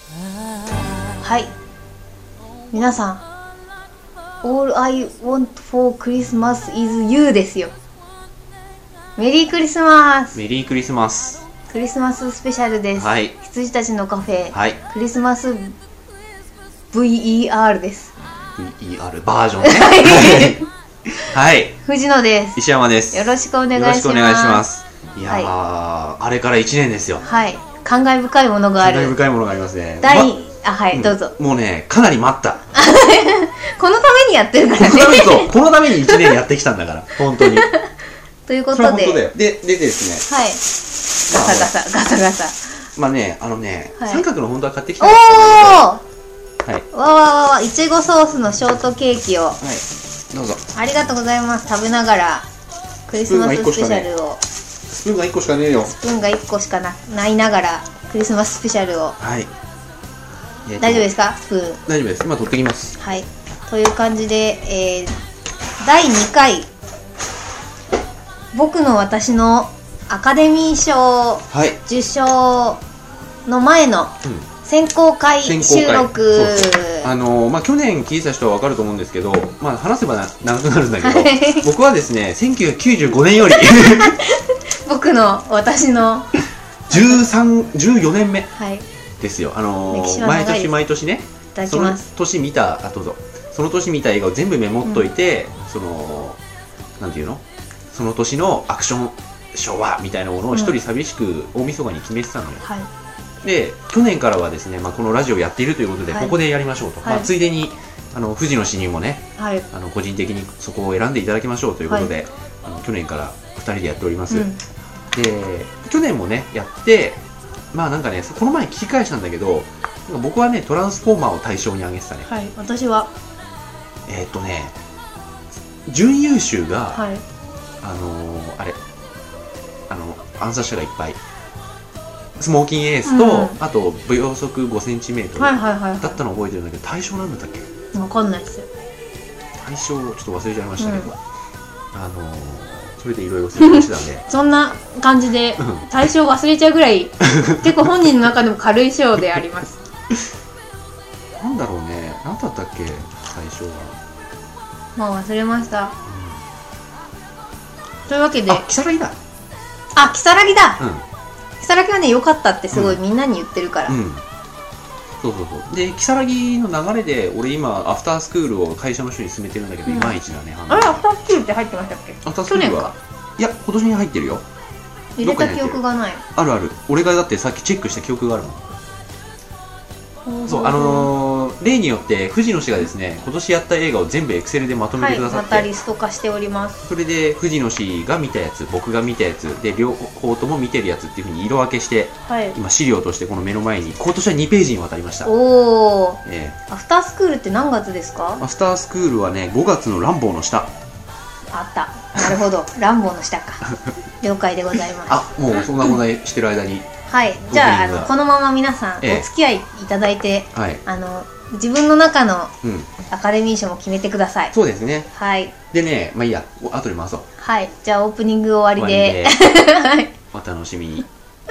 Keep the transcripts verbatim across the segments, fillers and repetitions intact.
はい、皆さん All I want for Christmas is you ですよ。メリークリスマス。 メリークリスマス。 クリスマススペシャルです。 はい。 羊たちのカフェ、 はい、 クリスマス ブイイーアール です。 ブイイーアール バージョンねはい、 藤野です。 石山です。 よろしくお願いします。 よろしくお願いします。いやー、 はい、あれからいちねんですよ。 はい、感慨深いものがある。 感慨深いものがありますね。 第、 ま、 あ、はい、うん、どうぞ。 もうね、かなり待ったこのためにやってるからね。 このために、そう、このためにいちねんやってきたんだから本当にということで、 で、で、でですね、 はい、ガサガサガサガサ、 まあね、あのね、はい、三角の本当は買ってきたんですけど、はい、 わわわわ、いちごソースのショートケーキを、はい、 どうぞ。 ありがとうございます。食べながらクリスマススペシャルを、 スプーンがいっこしかねえよ。 スプーンがいっこしかなないながらクリスマススペシャルを、はい、えー、大丈夫ですか？スプーン大丈夫です。今取ってきます。 はい、という感じで、えー、だいにかい僕の私のアカデミー賞受賞の前の選考会収録、 あのーまあ、去年聞いた人は分かると思うんですけど、まあ、話せばな長くなるんだけど僕はですねせんきゅうひゃくきゅうじゅうごねんより僕の私のじゅうさん、じゅうよねんめですよ、はい、あのー、毎年毎年ね、その年見た、あ、どうぞ、その年見た映画を全部メモっといて、うん、そのなんていうの、その年のアクション賞はみたいなものを一人寂しく大晦日に決めてたのよ、はい、で去年からはですね、まあ、このラジオやっているということで、はい、ここでやりましょうと、はい、まあ、ついでにあの藤野氏にもね、はい、あの個人的にそこを選んでいただきましょうということで、はい、あの去年からふたりでやっております、うん、で去年もねやって、まあなんかねこの前聞き返したんだけど、僕はねトランスフォーマーを対象に挙げてたね。 はい、私はえー、っとね準優秀が、はい、あのー、あれあの暗殺者がいっぱい、スモーキンエースと、うん、あと秒速 ごセンチメートル だったのを覚えてるんだけど、対象なんだったっけ？ 分かんないですよ。 対象ちょっと忘れちゃいましたけど、うん、あのー、それでいろいろ説明してたんでそんな感じで対象忘れちゃうぐらい結構本人の中でも軽い賞でありますなんだろうね、何だったっけ対象は。 もう忘れました、うん、というわけで、 あ、キサラギだ。 あ、キサラギだ、うん、キサラギはね良かったってすごいみんなに言ってるから、うんうん、 そうそうそう。でキサラギの流れで俺今アフタースクールを会社の人に勧めてるんだけど、うん、いまいちだね。 あれアフタースクールって入ってましたっけ？ アフタースクールは去年か。いや今年に入ってるよ。 入れた記憶がない。 あるある。俺がだってさっきチェックした記憶があるもん。そう、あのー、例によって藤野氏がですね今年やった映画を全部エクセルでまとめてくださって、 はい、またリスト化しております。 それで藤野氏が見たやつ、僕が見たやつで両方とも見てるやつっていうふうに色分けして、はい、今資料としてこの目の前に今年はにページにわたりました。 おお、えー、アフタースクールって何月ですか？ アフタースクールはねごがつのランボーの下。 あった、なるほどランボーの下か了解でございます。 あ、もうそんな問題してる間にはい、じゃあ、あのこのまま皆さんお付き合いいただいて、ええ、はい、あの自分の中のアカデミー賞も決めてください、 うん、そうですね。 はい。 でね、まあいいや、後で回そう。 はい、じゃあオープニング終わりでお楽しみに。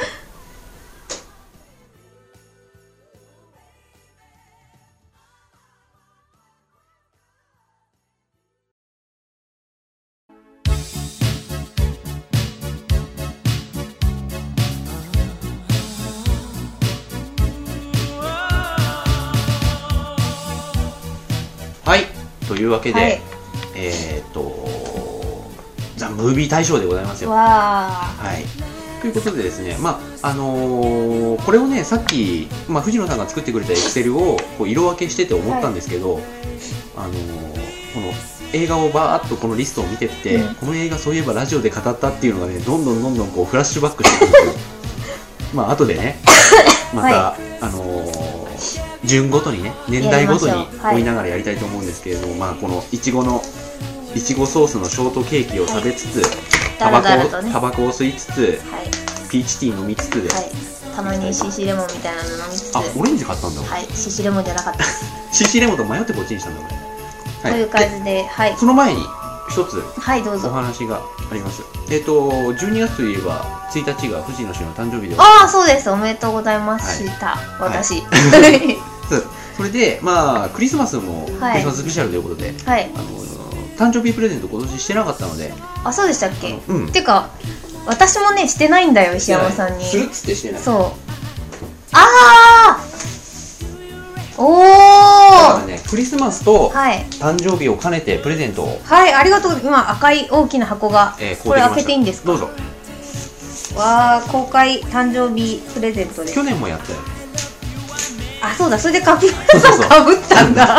はい、というわけで、はい、えー、っとザ・ムービー大賞でございますよ。 わー、はい、ということでですね、まああのー、これをねさっき、まあ、藤野さんが作ってくれたエクセルをこう色分けしてて思ったんですけど、はい、あのー、この映画をバーっとこのリストを見てって、うん、この映画そういえばラジオで語ったっていうのがねどんどんどんどんこうフラッシュバックしてくるんですよまあ後でねまた、はい、あのー順ごとにね年代ごとに追いながらやりたいと思うんですけれども、はい、まあこのいちごのいちごソースのショートケーキを食べつつ、はい、タバコを、ね、タバコを吸いつつ、はい、ピーチティー飲みつつで、はい、 たまに シーシー レモンみたいなの飲みつつ、 あ、オレンジ買ったんだ。 はい、シーシー レモンじゃなかったですシーシー レモンと迷ってこっちにしたんだ俺、 はい、という感じで、はい、 その前に一つはいどうぞお話があります。えっとじゅうにがつといえばついたちが藤野氏の誕生日で。 ああそうです、おめでとうございました、はい、私、 はい、それでまあクリスマスもクリスマススペシャルということで、はい、あの誕生日プレゼント今年してなかったので。 あ、そうでしたっけ。うん、てか私もねしてないんだよ、石山さんに。 するっつってしてない。 そう。ああおお、だからね、クリスマスと誕生日を兼ねてプレゼントを。 はい、ありがとう。今赤い大きな箱が、えー、これ開けていいんですか。 どうぞ。 わあ、公開誕生日プレゼントです。 去年もやったよ。 あ、そうだ、それでカピバラさんかぶったんだ。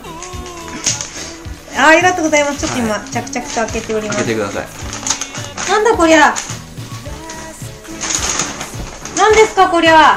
あ, ありがとうございます。ちょっと今、はい、着々と開けております。 開けてください。 なんだこりゃ。なんですかこりゃ。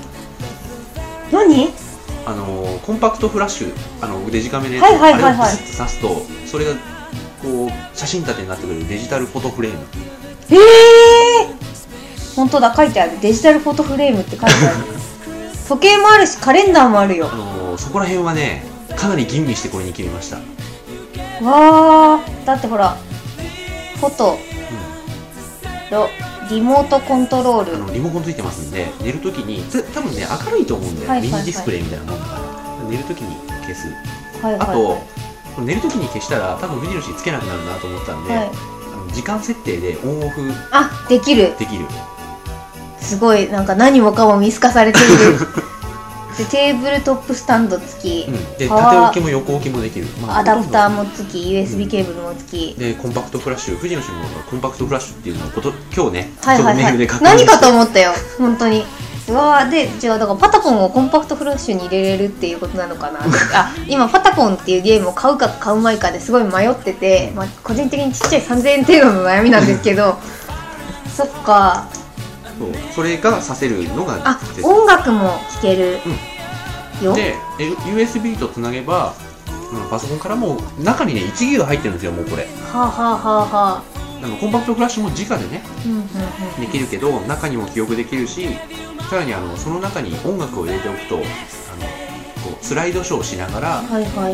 何？ あのー、コンパクトフラッシュ、あのデジカメで、 はいはいはいはい、 あれをブスッと刺すとそれがこう写真立てになってくれるデジタルフォトフレーム。 へえー、本当だ、書いてある。デジタルフォトフレームって書いてある。時計もあるしカレンダーもあるよ。 あのー、そこら辺はねかなり吟味してこれに決めました。 わー、だってほらフォト、うん、リモートコントロール、 あのリモコンついてますんで、寝るときに多分ね明るいと思うんで、はいはいはい、ミニディスプレイみたいなもんだから寝るときに消す、はいはいはい、あと寝るときに消したら多分藤野氏つけなくなるなと思ったんで、はい、あの時間設定でオンオフあできるできる。 すごい、なんか何もかも見透かされている。でテーブルトップスタンド付き、うん、 で縦置きも横置きもできる、 まあ、アダプターも付き ユーエスビー ケーブルも付き、 うん、でコンパクトフラッシュ、藤野氏もコンパクトフラッシュっていうのをこと今日ね、 はいはいはい、メールで確認して、何かと思ったよ本当に。うわー、で違う、だからパタコンをコンパクトフラッシュに入れれるっていうことなのかな。あ、今パタコンっていうゲームを買うか買うまいかですごい迷ってて、まあ、個人的にちっちゃいさんぜんえん程度の悩みなんですけどそっか、 そう、それがさせるのが、 あ、音楽も聴ける、 うん、で ユーエスビー とつなげば、うん、パソコンからも中にねいちギガ入ってるんですよ、もうこれ。 はあはあはあはあ。 あのコンパクトフラッシュも直でね、うんうんうん、できるけど中にも記憶できるし、さらにあのその中に音楽を入れておくと、あのこうスライドショーしながら、はいはいはい、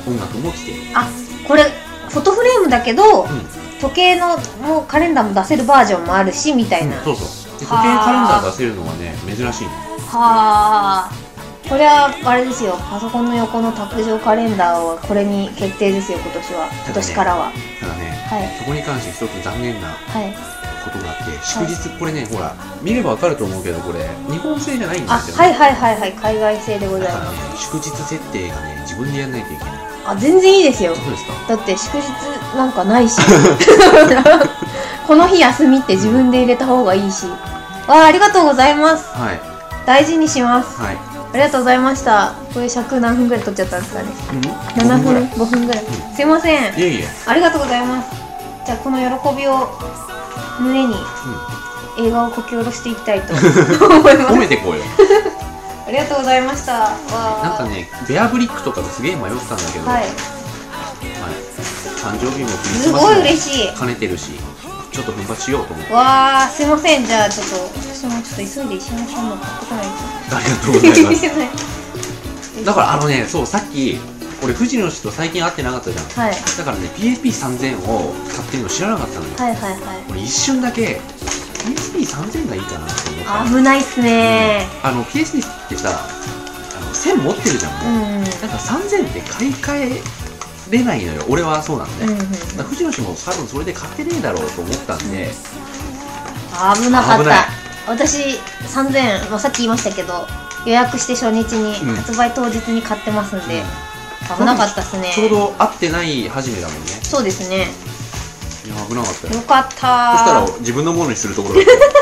音楽も聴ける。 あ、これフォトフレームだけど、うん、時計のもうカレンダーも出せるバージョンもあるしみたいな、 うん、そうそう、で時計カレンダー出せるのはね珍しい。 はあ、これはあれですよ、パソコンの横の卓上カレンダーはこれに決定ですよ、今年は、今年からは。 ただね、はい、そこに関して一つ残念なことがあって、はい、祝日、これね、ほら見ればわかると思うけど、これ日本製じゃないんですよね。 あ、はいはいはいはい、海外製でございます。 だからね、祝日設定がね自分でやらないといけない。 あ、全然いいですよ。 そうですか。 だって祝日なんかないしこの日休みって自分で入れた方がいいし、わあ、ありがとうございます、はい、大事にします、はい、ありがとうございました。これ尺何分ぐらい取っちゃったんですかね。うん、ななふんごふんぐらい、うん、すいません。 いえいえ、 ありがとうございます。じゃあこの喜びを胸に、うん、映画をこき下ろしていきたいと思います褒めてこうよありがとうございました。わなんかね、ベアブリックとかですげえ迷ったんだけど、はい、はい、誕生日もクリスマスも兼ねてるし、ちょっと奮発しようと思って。 わあ、すいません。じゃあちょっと私もちょっと急いで石山さんの買ってこないと。 ありがとうございますだからあのね、そう、さっき俺藤野氏と最近会ってなかったじゃん、はい、だからね ピーエスピーさんぜん を買ってるの知らなかったのよ。はいはいはい。俺一瞬だけ ピーエスピーさんぜん がいいかなと思った。 危ないっすね、うん、あの ピーエスピー ってさ、あのせん持ってるじゃん、もう、うん、なんかさんぜんって買い替えれないのよ、俺は。そうなんで、うんうん、だ藤野氏も多分それで買ってねえだろうと思ったんで、 うん、危なかった。私さんぜん、まあ、さっき言いましたけど予約して初日に、うん、発売当日に買ってますんで、うん、危なかったっすね。 ちょうど合ってない始めだもんね。 そうですね。 いや、危なかったよ。 よかった。そしたら自分のものにするところだ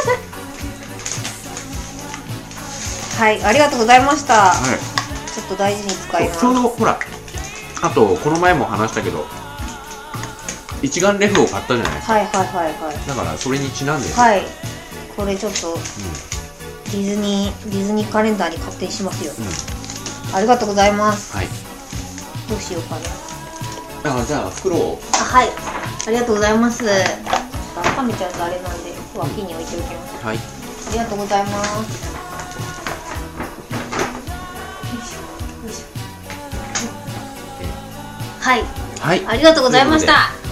ったはい、ありがとうございました、はい、ちょっと大事に使います。 ちょうどほら、あとこの前も話したけど一眼レフを買ったじゃないですか。はいはいはいはい。だからそれにちなんで、 はい、これちょっと、うん、ディズニーディズニーカレンダーに勝手にしますよ、うん、ありがとうございます。はい、どうしようかな。 あ、じゃあ袋を。 あ、はい、ありがとうございます。温めちゃうとあれなんで脇に置いておきます。はい、ありがとうございます。はい、はい、ありがとうございました。はい。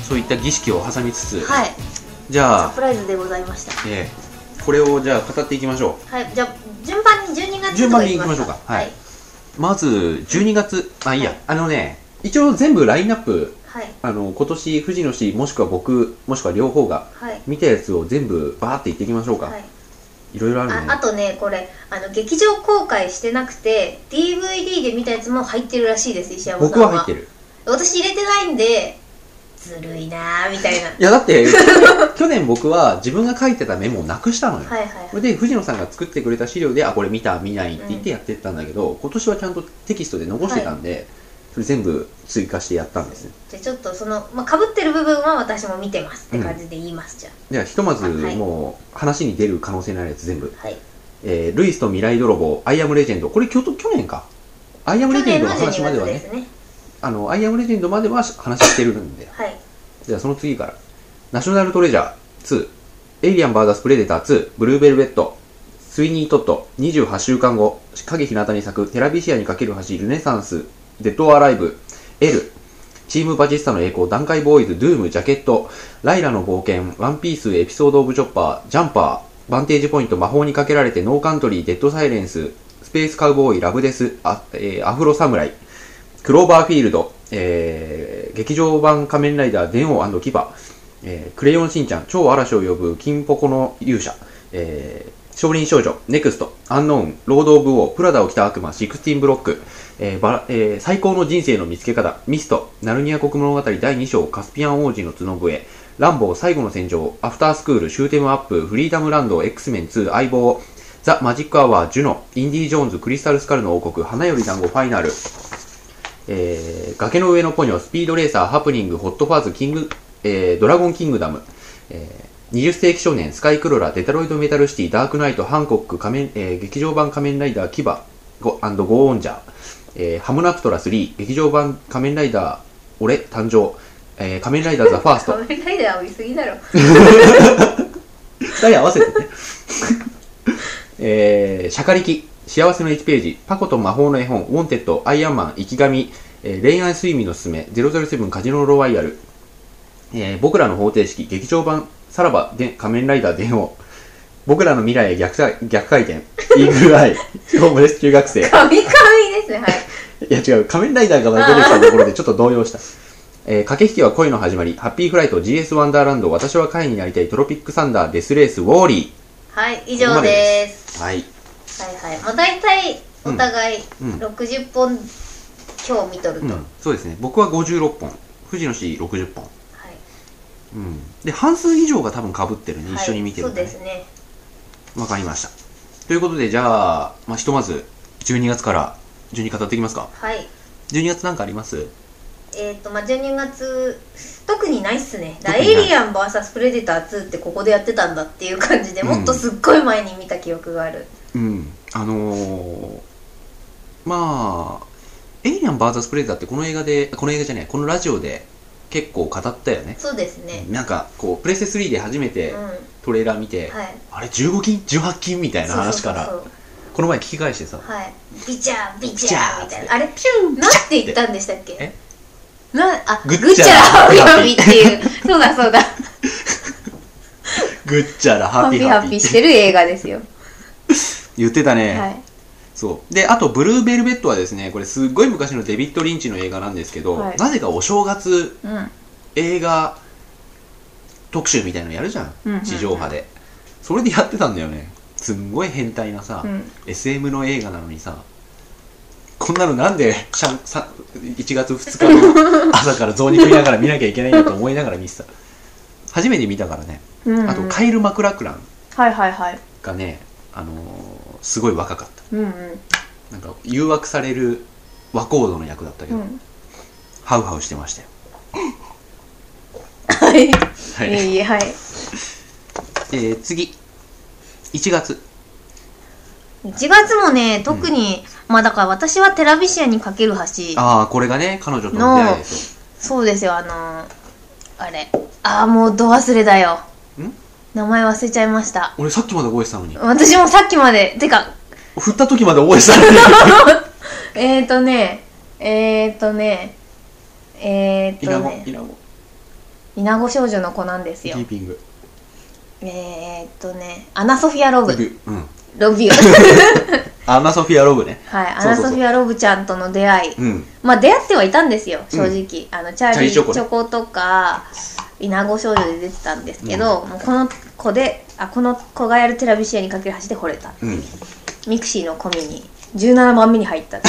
そういった儀式を挟みつつ、 はい、 じゃあサプライズでございました。 えー、これをじゃあ語っていきましょう。はい、じゃあ順番にじゅうにがつ順番にいきましょうか。はい、はい、まずじゅうにがつ、あ、いいや、はい、あのね、一応全部ラインナップ、はい、あの今年藤野氏もしくは僕もしくは両方が見たやつを全部バーって言っていきましょうか。はい、いろいろあるね。 あ, あとね、これあの劇場公開してなくて ディーブイディー で見たやつも入ってるらしいです。石山さんは。 僕は入ってる。 私入れてないんでずるいなーみたいな。いやだって去年僕は自分が書いてたメモをなくしたのよ。はいはい、はい、それで藤野さんが作ってくれた資料で、あ、これ見た見ないって言ってやってったんだけど、うん、今年はちゃんとテキストで残してたんで、はい、それ全部追加してやったんです。 じゃあちょっとその、まあ、被ってる部分は私も見てますって感じで言います。うん、じゃあではひとまず、はい、もう話に出る可能性のあるやつ全部、はい、えー、ルイスと未来泥棒、アイアムレジェンド、これ去年か、アイアムレジェンドの話まではね、ね、あのアイアムレジェンドまでは話してるんで、はい、じゃあその次からナショナルトレジャーツー、エイリアン ブイエス プレデターツー、ブルーベルベット、スウィニートット、にじゅうはちしゅうかんご、影日向に咲く、テラビシアにかける橋、ルネサンス、デッド・アライブ、L、チームバチスタの栄光、段階ボーイズ、ドゥーム、ジャケット、ライラの冒険、ワンピース、エピソード・オブ・チョッパー、ジャンパー、バンテージポイント、魔法にかけられて、ノーカントリー、デッド・サイレンス、スペース・カウボーイ、ラブデス、あ、えー、アフロ・サムライ、クローバーフィールド、えー、劇場版仮面ライダー、電王&キバ、えー、クレヨンしんちゃん、超嵐を呼ぶ、金ポコの勇者、えー、少林少女、ネクスト、アンノーン、ロード・オブ・ウォー、プラダを着た悪魔、シクスティーンブロック、えーばえー、最高の人生の見つけ方、ミスト、ナルニア国物語だいに章、カスピアン王子の角笛、ランボー最後の戦場、アフタースクール、シューテムアップ、フリーダムランド、X メンツー、相棒、ザ・マジックアワー、ジュノ、インディ・ジョーンズ、クリスタルスカルの王国、花より団子、ファイナル、えー、崖の上のポニョ、スピードレーサー、ハプニング、ホットファーズ、キング、えー、ドラゴンキングダム、えー、にじゅっ世紀少年、スカイクロラ、デトロイドメタルシティ、ダークナイト、ハンコック、仮面、えー、劇場版仮面ライダー、キバ、ゴ&ゴーオンジャー、えー、ハムナプトラスリー、劇場版仮面ライダー、俺、誕生、えー、仮面ライダーザ・ファースト。 仮面ライダーは言い過ぎだろ。 二人合わせてね。えー、シャカリキ、幸せのいちページ、パコと魔法の絵本、ウォンテッド、アイアンマン、生き神、えー、恋愛睡眠のすすめ、ゼロゼロセブンカジノロワイヤル、えー、僕らの方程式、劇場版、さらばで仮面ライダー電王、僕らの未来へ 逆, 逆回転、イーグルアイ、ホームレス中学生。 神々ですね、はい。 いや違う、仮面ライダーが出てきたところでちょっと動揺した。えー、駆け引きは恋の始まり、ハッピーフライト、ジーエス ワンダーランド、私は貝になりたい、トロピックサンダー、デスレース、ウォーリー。はい、以上です。 はい。 はいはい。まあ大体お互いろくじゅっぽん今日見とると、うんうん。そうですね。僕はごじゅうろっぽん、藤野氏ろくじゅっぽん。はい。うん。で、半数以上が多分被ってるね、はい、一緒に見てる、ね。 そうですね。 わかりました。ということで、じゃあ、まあ、ひとまずじゅうにがつから順に語っていきますか。 はい。 じゅうにがつなんかあります？ えっと、まあ、じゅうにがつ、特にないっすね。エイリアン ブイエス プレデターツーってここでやってたんだっていう感じで、もっとすっごい前に見た記憶がある。 うん。うん、あのー、まあ、エイリアン ブイエス プレデターってこの映画で、この映画じゃない、このラジオで結構語ったよね。 そうですね。 なんか、こう、プレステスリーで初めてトレーラー見て、うん、はい、あれじゅうごきん ?じゅうはち 金みたいな話から、そうそうそうそう、この前聞き返してさ、 はい、ビチャービチャーみたいな、あれピュンなんて言ったんでしたっけ？えなあグッチャラハッピーハッピーっていうそうだそうだグッチャラハッピーハッピーしてる映画ですよ言ってたね、はい、そうで、あとブルーベルベットはですね、これすっごい昔のデビッド・リンチの映画なんですけど、はい、なぜかお正月、うん、映画特集みたいなのやるじゃん、うんうんうん、地上波で。それでやってたんだよね。すんごい変態なさ、うん、エスエム の映画なのにさ、こんなのなんでいちがつふつかの朝から雑煮食いながら見なきゃいけないんだと思いながら見てた。初めて見たからね、うんうん、あとカイル・マクラクランはいはいはいがね、あのー、すごい若かった、うんうん、なんか誘惑される和コードの役だったけど、うん、ハウハウしてましたよはいはい、いいはい、 えー、次いちがついちがつもね、特に、うん、まあだから私はテラビシアにかける橋、 ああこれがね彼女との出会いですよ。 そうですよ、あのー、あれああもうど忘れだよ、ん名前忘れちゃいました。 俺さっきまで覚えてたのに。 私もさっきまでてか振った時まで覚えてたのにえーとねえーとねえーとねイナゴイナゴ稲子少女の子なんですよ。 キーピング。 えー、っとねアナソフィア・ロブ、 うん、 ロビューアナソフィア・ロブね。 はい、アナソフィア・ロブちゃんとの出会い、 うん、 まあ出会ってはいたんですよ正直、うん、あのチャーリーチョコとか稲子少女で出てたんですけど、うん、もうこの子であこの子がやるテラビシアにかける橋で惚れた、うん、ミクシーのコミにじゅうななばんめに入った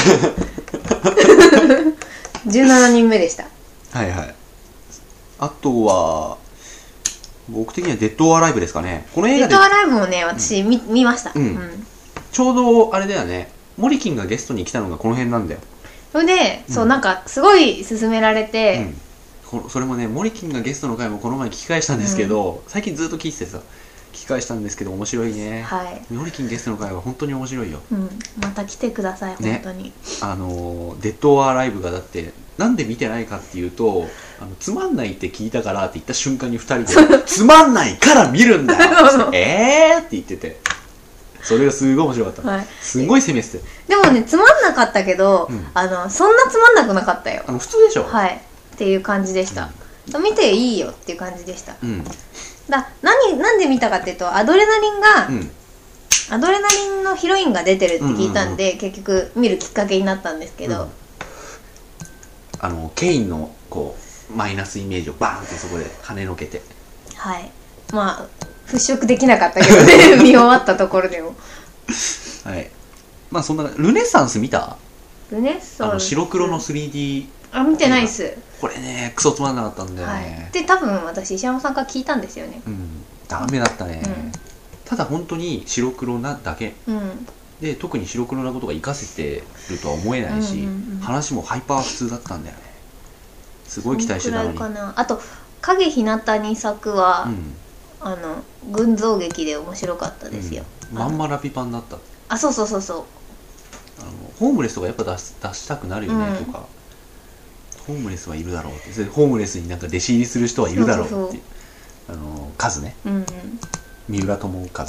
じゅうななにんめでした。 はいはい。あとは僕的にはデッド・オア・ライブですかね。この映画でデッド・オア・ライブもね私 見,、うん、見ました、うんうん、 ちょうどあれだよね、モリキンがゲストに来たのがこの辺なんだよ。 それで、うん、そうなんかすごい勧められて、 うん、それもねモリキンがゲストの回もこの前聞き返したんですけど、うん、最近ずっと聞いててさ聞き返したんですけど面白いね。はい。モリキンゲストの回は本当に面白いよ。 うん。また来てください、ね、本当に。 あのデッド・オア・ライブがだってなんで見てないかっていうと、あのつまんないって聞いたからって言った瞬間にふたりでつまんないから見るんだよえーって言ってて、それがすごい面白かった、はい、すごい攻めてて。 でもねつまんなかったけど、うん、あのそんなつまんなくなかったよ。 あの普通でしょ。 はいっていう感じでした、うん、見ていいよっていう感じでした、うん、だ何なんで見たかっていうとアドレナリンが、うん、アドレナリンのヒロインが出てるって聞いたんで、うんうんうん、結局見るきっかけになったんですけど、うん、 あのケインのこうマイナスイメージをバーンってそこで跳ねのけて、 はいまあ払拭できなかったけどね見終わったところでもはいまあそんなルネッサンス見た？ ルネッサンスあの白黒の スリーディーあ見てないっす。 これねクソつまんなかったんだよね、はい、 で多分私石山さんから聞いたんですよね。 うんダメだったね、うん、ただ本当に白黒なだけ、うん、で特に白黒なことが活かせてるとは思えないし、うんうんうん、話もハイパー普通だったんだよね。すごい期待してたのに。 かなあと影ひなたに作は、うん、あの群像劇で面白かったですよ、 うん、まんまラピパンだった。 あそうそうそうそう、 あのホームレスとかやっぱ出し、出したくなるよね、うん、とかホームレスはいるだろうって、それホームレスになんか弟子入りする人はいるだろうってそうそうそうあの数ね、うんうん、三浦友和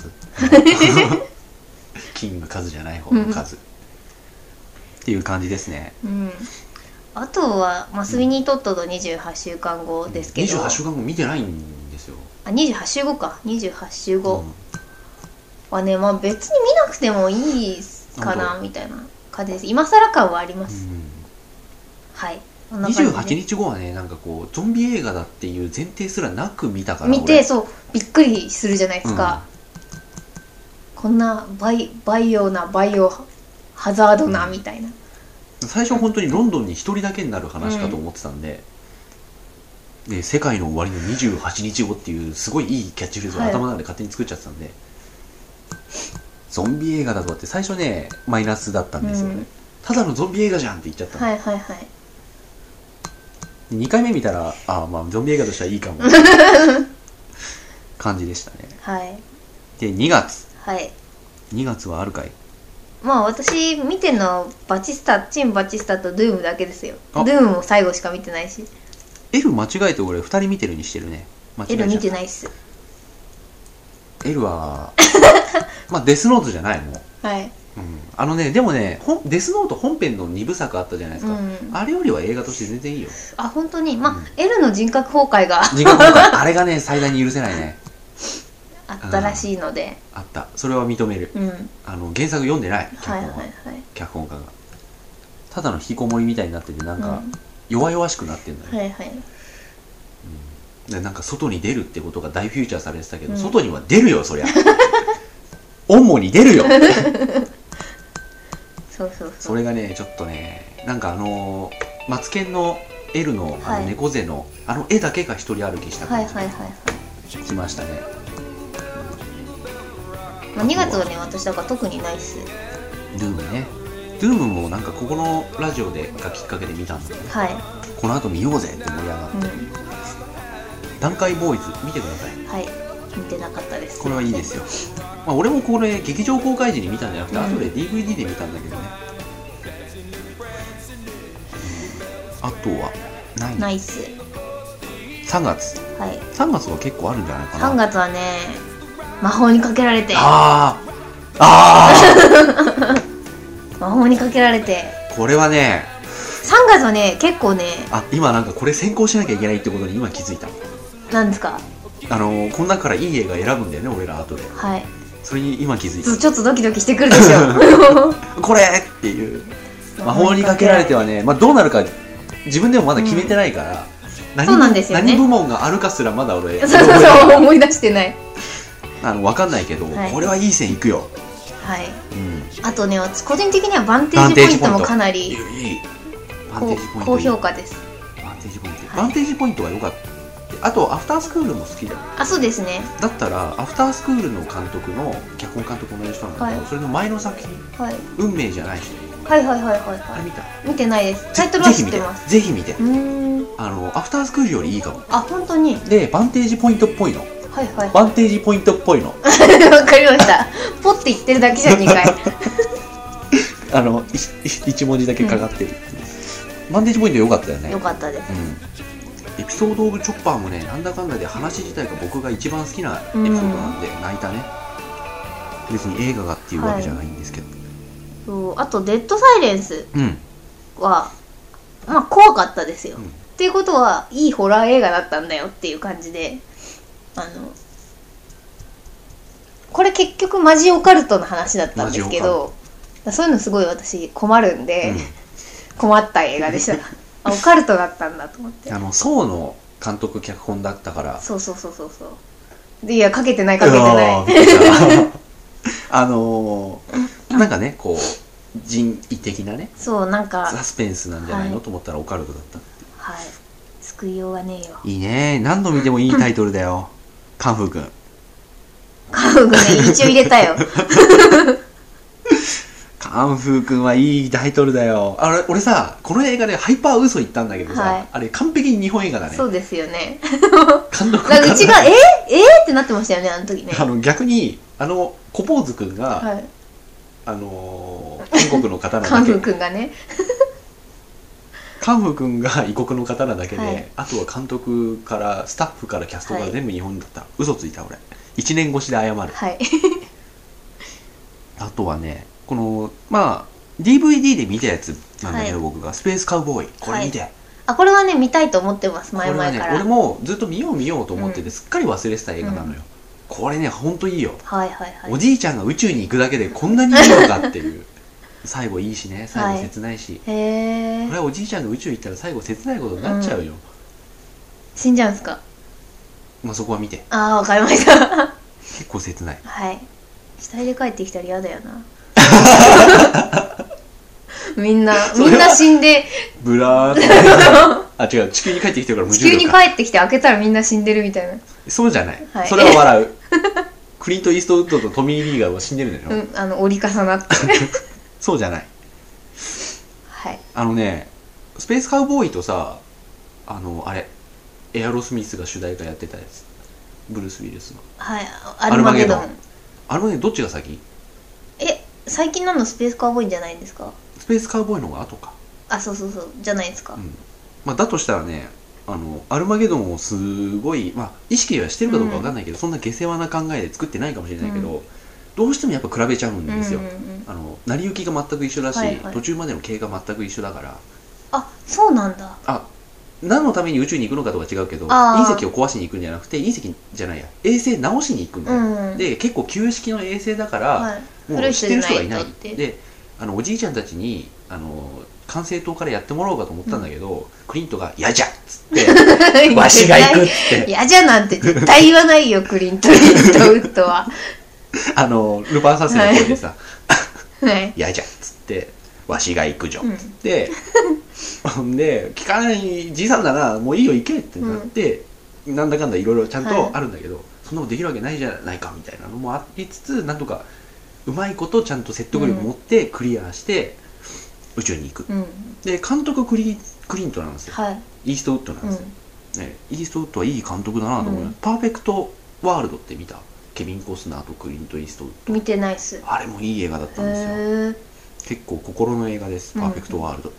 キングカズじゃない方の数、うん、っていう感じですね、うん、 あとはマスウィニー・トッドとにじゅうはちしゅうかんごですけど、 にじゅうはちしゅうかんご見てないんですよ。 あにじゅうはちしゅうごかにじゅうはちしゅうごはね、まあ別に見なくてもいいかなみたいな感じです。今更感はあります、うん、はいにじゅうはちにちごはねなんかこうゾンビ映画だっていう前提すらなく見たから見てそうびっくりするじゃないですか、うん、こんなバイバイオなバイオハザードなみたいな、 うん、最初本当にロンドンに一人だけになる話かと思ってたんで、うん、で世界の終わりのにじゅうはちにちごっていうすごいいいキャッチフレーズを頭の中で勝手に作っちゃってたんで、はい、ゾンビ映画だとって最初ねマイナスだったんですよね、うん、ただのゾンビ映画じゃんって言っちゃった。 はいはいはい。 にかいめ見たらあまあゾンビ映画としてはいいかも感じでしたね。はい。でにがつ。はい。にがつはあるかい？ まあ私見てるのバチスタチンバチスタとドゥームだけですよ。ドゥームも最後しか見てないし。 L 間違えて俺ふたり見てるにしてるね。間違え L 見てないっす。 L はまあデスノートじゃないもん。はい。うん、あのねでもねデスノート本編のにぶさくあったじゃないですか、うん、あれよりは映画として全然いいよ。 あ本当にまあ、うん、L の人格崩壊が人格崩壊あれがね最大に許せないねあったらしいので、 うん、あったそれは認める、うん、あの原作読んでない脚本は、はいはいはい、脚本家がただの引きこもりみたいになっててなんか弱々しくなってんだよ、はいはいうん、でなんか外に出るってことが大フューチャーされてたけど、うん、外には出るよそりゃ主に出るよそうそうそう。 それがねちょっとねなんかあのー、マツケンの L のあの猫背の、はい、あの絵だけが一人歩きした感じがしましたね。 まあ、にがつはね私だから特にないっす。 ドゥームねドゥームもなんかここのラジオでがきっかけで見たんだけど、はい、この後見ようぜって盛り上がって、うん、段階ボーイズ見てください。 はい見てなかったです。 これはいいですよ。まあ、俺もこれ劇場公開時に見たんじゃなくて、うん、後で ディーブイディー で見たんだけどね、うん、あとはないナイスさんがつ、はい、さんがつは結構あるんじゃないかな。 さんがつはね魔法にかけられてあーあー魔法にかけられてこれはねさんがつはね結構ねあ今なんかこれ先行しなきゃいけないってことに今気づいた。 なんですか？ あのこの中からいい映画選ぶんだよね俺ら後で。 はい。 それに今気づいた。 ちょっとドキドキしてくるでしょこれっていう魔法にかけられてはね、まあ、どうなるか自分でもまだ決めてないから、うん、何, そうなんですよね、 何部門があるかすらまだ俺そうそうそう思い出してない。 あの分かんないけど、はい、これはいい線いくよ。 はい、うん、あとね私個人的にはバンテージポイントもかなりいい高評価です。 バンテージポイント、はい、バンテージポイントは良かった。あとアフタースクールも好きだよ。 あ、そうですね。 だったらアフタースクールの監督の脚本監督同じ人なんだけど、はい、それの前の作品、はい、運命じゃない人。 はいはいはいはい、はい、 あれ見た？ 見てないです。タイトルは知ってます。 ぜひ見て。うーん、あのアフタースクールよりいいかも。 あ、本当に。 でバンテージポイントっぽいの。 はいはい、 バンテージポイントっぽいの。わかりました。ポって言ってるだけじゃにかい。 あの一文字だけかかってる、うん、バンテージポイント良かったよね。 良かったです、 うん、エピソードオブチョッパーもね、なんだかんだで話自体が僕が一番好きなエピソードなんで、うん、泣いたね。別に映画がっていうわけじゃないんですけど、はい、 そうあとデッドサイレンスは、うん、まあ怖かったですよ、うん、っていうことはいいホラー映画だったんだよっていう感じで、あのこれ結局マジオカルトの話だったんですけど、そういうのすごい私困るんで、うん、困った映画でしたあ、オカルトだったんだと思って。 あのソーの監督脚本だったから。 そうそうそうそうそうで、いやかけてないかけてないあのー、なんかねこう人為的なね、 そうなんかサスペンスなんじゃないの、はい、と思ったらオカルトだったって。 はい、救いようがねえよ。 いいね、何度見てもいいタイトルだよカンフー君。 カンフー君ね、一応入れたよカンフー君はいいタイトルだよ。あれ俺さ、この映画でハイパー嘘言ったんだけどさ、はい、あれ完璧に日本映画だね。 そうですよね監督がうちがえー、えー、ってなってましたよね、あの時ね。 あの逆にあのコポーズ君が、はい、あのー、韓国の方なだけカンフー君がねカンフー君が異国の方なだけで、はい、あとは監督からスタッフからキャストから全部日本だった、はい、嘘ついた俺。いちねん越しで謝る、 はい、 あとはねこのまあ ディーブイディー で見たやつなんだけど、はい、僕がスペースカウボーイ、これ見て、はい、 あ、これはね見たいと思ってます、前々から。これはね俺もずっと見よう見ようと思ってて、うん、すっかり忘れてた映画なのよ、うん、これねほんといいよ、 はいはいはい、 おじいちゃんが宇宙に行くだけでこんなにいいのかっていう最後いいしね、最後切ないし、はい、へー、これはおじいちゃんが宇宙行ったら最後切ないことになっちゃうよ、うん、 死んじゃうんすか。 まあそこは見て。 ああ、わかりました結構切ない。 はい、死体で帰ってきたら嫌だよなみんなみんな死んでブラーってあ、違う、地球に帰ってきてるから無重力か。 地球に帰ってきて開けたらみんな死んでるみたいな。 そうじゃない、はい、それは笑うクリント・イーストウッドとトミー・リーガーは死んでるのよ、 うん、あの折り重なってそうじゃない、 はい、 あのねスペースカウボーイとさ、あのあれエアロスミスが主題歌やってたやつ、ブルース・ウィルスの、 はい、アルマゲドン。 あのね、どっちが先？ え、最近なのスペースカウボーイじゃないんですか？ スペースカウボーイの方が後か。 あ、そうそうそうじゃないですか、うん、 まあ、だとしたらね、あのアルマゲドンをすごい、まあ、意識はしてるかどうかわかんないけど、うん、そんな下世話な考えで作ってないかもしれないけど、うん、どうしてもやっぱ比べちゃうんですよ、うんうんうん、あの成り行きが全く一緒だし、はいはい、途中までの経過全く一緒だから。 あ、そうなんだ。 あ、何のために宇宙に行くのかとは違うけど、隕石を壊しに行くんじゃなくて、隕石じゃないや、衛星直しに行くんだよ、うんうん、で結構旧式の衛星だから、はい、もう知ってる人がいない。で、あのおじいちゃんたちにあの管制塔からやってもらおうかと思ったんだけど、うん、クリントが嫌じゃっつってわしが行くっつって嫌じゃなんて絶対言わないよクリント・イーストウッドはあのルパン三世の声でさ嫌、はい、じゃっつってわしが行くじょ、うん、でほんで聞かないじいさんだな、もういいよ行けってなって、うん、なんだかんだいろいろちゃんとあるんだけど、はい、そんなことできるわけないじゃないかみたいなのもありつつ、なんとかうまいことちゃんと説得力持ってクリアして宇宙に行く、うん、で監督クリクリントなんですよ、はい、イーストウッドなんですよ、うんね、イーストウッドはいい監督だなと思う、うん、パーフェクトワールドって見た？ケビン・コスナーとクリント・イーストウッド。 見てないっす。 あれもいい映画だったんですよ。結構心の映画です、パーフェクトワールド、うん、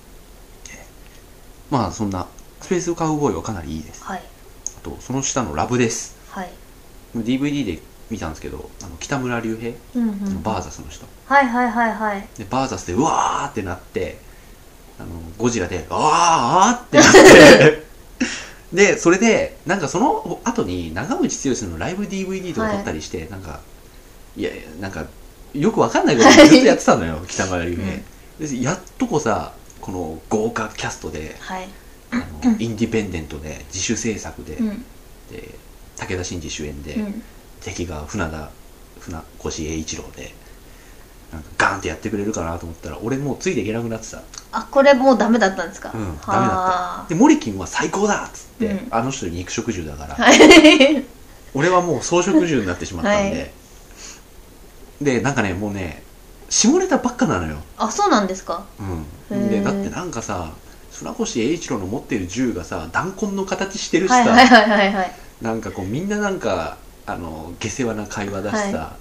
まあそんなスペースカウボーイはかなりいいです、はい、あとその下のラブです、はい、ディーブイディー で見たんですけど、あの北村隆平、うんうん、バーザスの人、 はいはいはいはい、 でバーザスでうわーってなって、あのゴジラであーあーってなってでそれでなんかその後に長渕剛のライブ ディーブイディー とか撮ったりして、はい、なんかいやなんかよくわかんないことずっとやってたのよ北川隆平、うん、でやっとこさこの豪華キャストで、はい、あのインディペンデントで自主制作で、うん、で武田真治主演で、うん、敵が船田船越英一郎でなんかガーンってやってくれるかなと思ったら俺もうついていけなくなってた。 あ、これもうダメだったんですか。 うん、ダメだった。でモリキンは最高だっつって、うん、あの人肉食獣だから俺はもう草食獣になってしまったんで、はい、でなんかねもうね下ネタばっかなのよ。 あ、そうなんですか。 うん。でだってなんかさ船越英一郎の持ってる銃がさ弾痕の形してるしさ、はいはいはいはい、なんかこうみんななんかあの下世話な会話だしさ、はい、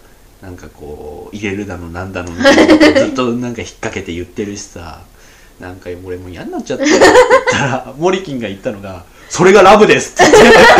なんかこう入れるだのなんだのみたいなことずっとなんか引っ掛けて言ってるしさなんか俺もう嫌になっちゃってって言ったらモリキンが言ったのがそれがラブですって言って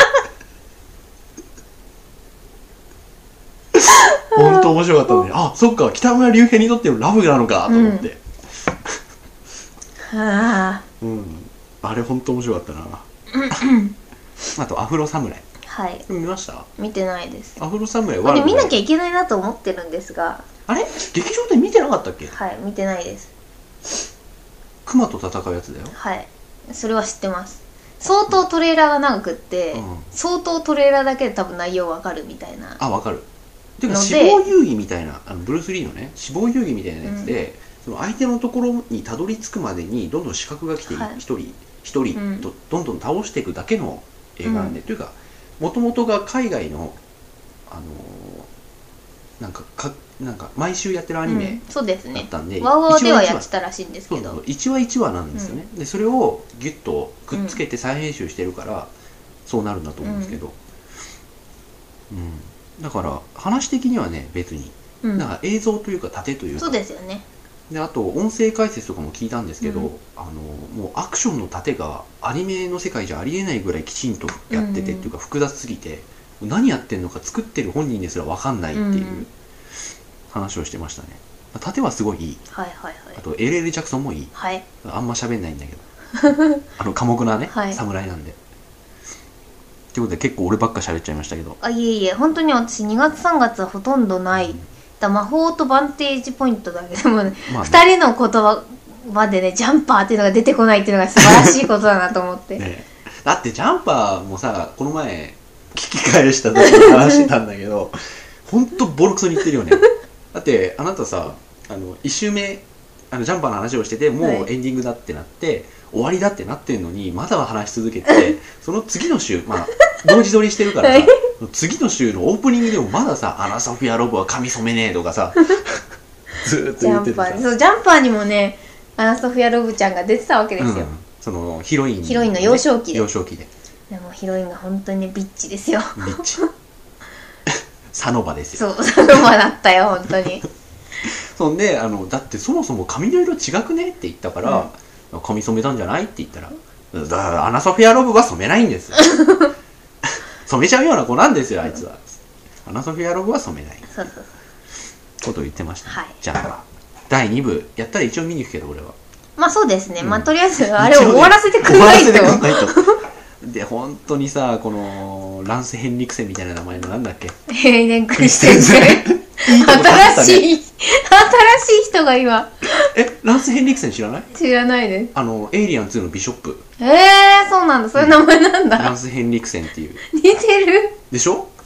本当面白かったので、あ、そっか北村隆平にとってのラブなのかと思って、うん、はあ、うん、あれ本当面白かったなあとアフロ侍、はい、見ました？ 見てないです。 アフロ侍はあれ見なきゃいけないなと思ってるんですが、 あれ劇場で見てなかったっけ？ はい、見てないです。 熊と戦うやつだよ。 はい、それは知ってます。相当トレーラーが長くって、うん、相当トレーラーだけで多分内容わかるみたいな。 あ、わかる。ていうか死亡遊戯みたいな、あのブルース・リーのね死亡遊戯みたいなやつで、うん、その相手のところにたどり着くまでにどんどん死角が来て一、はい、人一人とどんどん倒していくだけの映画なんで、うん、というかもともとが海外のあのー、なんかかなんか毎週やってるアニメだったんで、 ワウワウではやってたらしいんですけど、そうそういちわいちわなんですよね、うん、でそれをギュッとくっつけて再編集してるから、うん、そうなるんだと思うんですけど、うん、うんだから話的にはね別に、うん、なんか映像というか盾というかそうですよね。 であと音声解説とかも聞いたんですけど、うん、あのもうアクションの盾がアニメの世界じゃありえないぐらいきちんとやってて、うん、っていうか複雑すぎて何やってんのか作ってる本人ですら分かんないっていう話をしてましたね。盾はすごいいい、はいはいはい、あと エルエル ジャクソンもいい、はい、あんま喋んないんだけどあの寡黙なね、はい、侍なんでということで結構俺ばっか喋っちゃいましたけど、 あ、いえいえ本当に私にがつさんがつはほとんどない、うん、だ魔法とバンテージポイントだけでも、ねまあね、ふたりの言葉までねジャンパーっていうのが出てこないっていうのが素晴らしいことだなと思って、ね、 だってジャンパーもさこの前聞き返した時に話してたんだけど本当ボロクソに言ってるよね。だってあなたさあのいち周目あのジャンパーの話をしててもうエンディングだってなって、はい、終わりだってなってんのにまだは話し続けてその次の週まあ同時撮りしてるからさ、はい、次の週のオープニングでもまださアナソフィア・ロブは髪染めねえとかさずーっと言っててさ、 ジャンパーそうジャンパーにもねアナソフィア・ロブちゃんが出てたわけですよ、うん、 そのヒロイン、ね、 ヒロインの幼少期で幼少期ででもヒロインが本当にビッチですよビッチサノバですよ。そうサノバだったよ本当にそんであのだってそもそも髪の色違くねって言ったから、うん、髪染めたんじゃないって言ったらだからアナソフィア・ロブは染めないんですよ染めちゃうような子なんですよあいつは、うん、アナソフィア・ロブは染めないそうそうそうことを言ってました、ね、はい、じゃあだいにぶやったら一応見に行くけど俺はまあそうですね、うん、まあとりあえずあれを終わらせてくれないと、ね、 で本当にさこのランス・ヘンリクセンみたいな名前のなんだっけヘイデン・クリステンセン新しい新しい人が今えランス・ヘンリクセン知らない？ 知らないです。 あのエイリアンツーのビショップ。 えー、そうなんだ、そういう名前なんだ、うん、 ランス・ヘンリクセンっていう似てるでしょ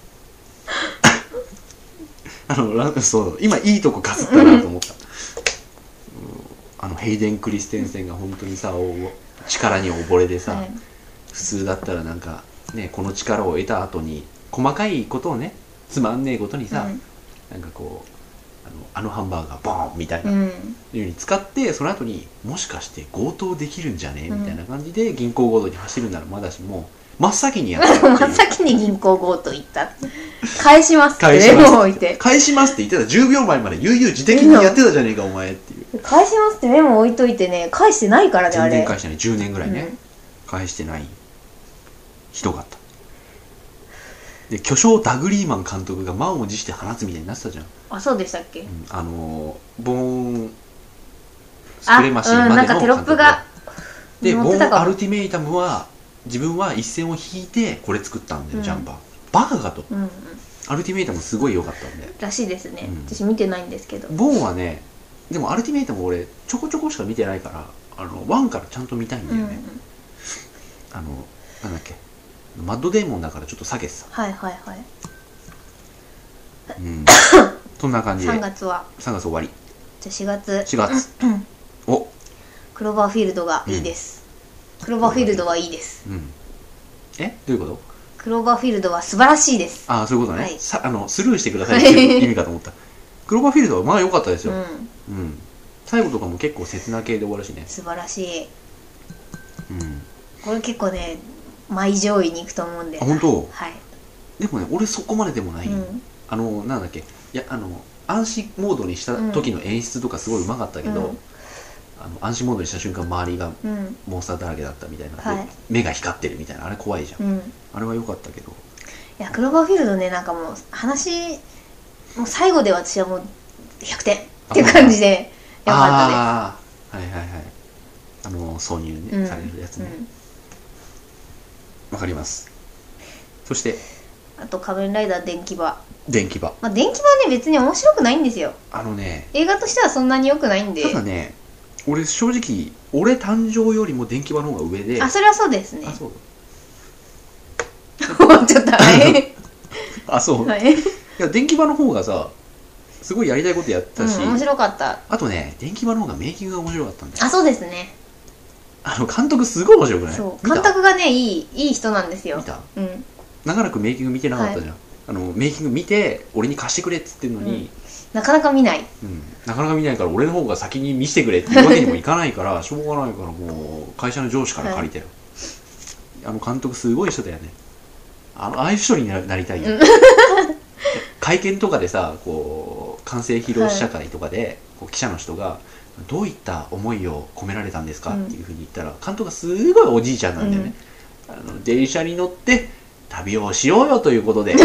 あのランそう今いいとこかすったなと思った、うん、あのヘイデン・クリステンセンが本当にさ力に溺れでさ、はい、普通だったらなんかねこの力を得た後に細かいことをねつまんねえことにさ、うん、なんかこうあの、あのハンバーガーボーンみたいな、うん、いうに使ってその後にもしかして強盗できるんじゃねえ、うん、みたいな感じで銀行強盗に走るならまだしも真っ先にやった真っ先に銀行強盗行った返しますってメモを置いて返しますって言ってたじゅうびょうまえまで悠々自適にやってたじゃねえかお前っていう返しますってメモ置いといてね返してないからねあれ全然返してないじゅうねんぐらいね、うん、返してないひどかったで巨匠ダグリーマン監督が満を持して放つみたいになってたじゃん。 あ、そうでしたっけ、うん、 あのボーンスプレマシンまでの監督、 うん、なんかテロップがでボーンアルティメイタムは自分は一線を引いてこれ作ったんだよ、うん、ジャンパーバカかと、うんうん、アルティメイタもすごい良かったんでらしいですね、うん、私見てないんですけど。 ボーンはねでもアルティメイタも俺ちょこちょこしか見てないからあのワンからちゃんと見たいんだよね、うんうん、あのなんだっけマッドデーモンだからちょっと下げてさはいはいはい、 うん、そんな感じでさんがつはさんがつ終わり。 じゃあしがつしがつおクローバーフィールドがいいです、うん、クローバーフィールドはいいです、うん、 えどういうこと？ クローバーフィールドは素晴らしいです。 ああそういうことね、はい、さあのスルーしてくださいっていう意味かと思ったクローバーフィールドはまあ良かったですよ、うん、うん、最後とかも結構切な系で終わるしね。 素晴らしい、 うん、 これ結構ね毎上位に行くと思うんで。 あ本当？ はい。 でもね俺そこまででもない、うん、あのなんだっけいやあの暗視モードにした時の演出とかすごいうまかったけど、うん、あの暗視モードにした瞬間周りがモンスターだらけだったみたいな、うん、目が光ってるみたいなあれ怖いじゃん、うん、あれは良かったけど。 いやクローバーフィールドねなんかもう話もう最後で私はもうひゃくてんっていう感じで良かったです。 ああはいはいはいあの挿入ね、うん、されるやつねわ、うん、かります。そしてあと仮面ライダー電気場電気場まあ電気場はね別に面白くないんですよ。 あのね映画としてはそんなに良くないんで。 ただね俺正直俺誕生よりも電気場の方が上で。 あそれはそうですね。 あそうちょっとはいあそう、はい、いや電気場の方がさすごいやりたいことやったし、うん、 面白かった。 あとね電気場の方がメイキングが面白かったんだよ。 あそうですね。 あの監督すごい面白くない？ そう監督がねいいいい人なんですよ。 見た？ うん。 長らくメイキング見てなかったじゃん、はい、あのメイキング見て俺に貸してくれっつってんのに、うん、 なかなか見ない、 うん、なかなか見ないから俺の方が先に見せてくれっていうわけにもいかないからしょうがないからもう会社の上司から借りたよ、はい、あの監督すごい人だよね。あのああいう人になりたいよ、うん、会見とかでさこう完成披露試写会とかで、はい、こう記者の人がどういった思いを込められたんですか、うん、っていうふうに言ったら監督がすごいおじいちゃんなんだよね、うん、あの電車に乗って旅をしようよということで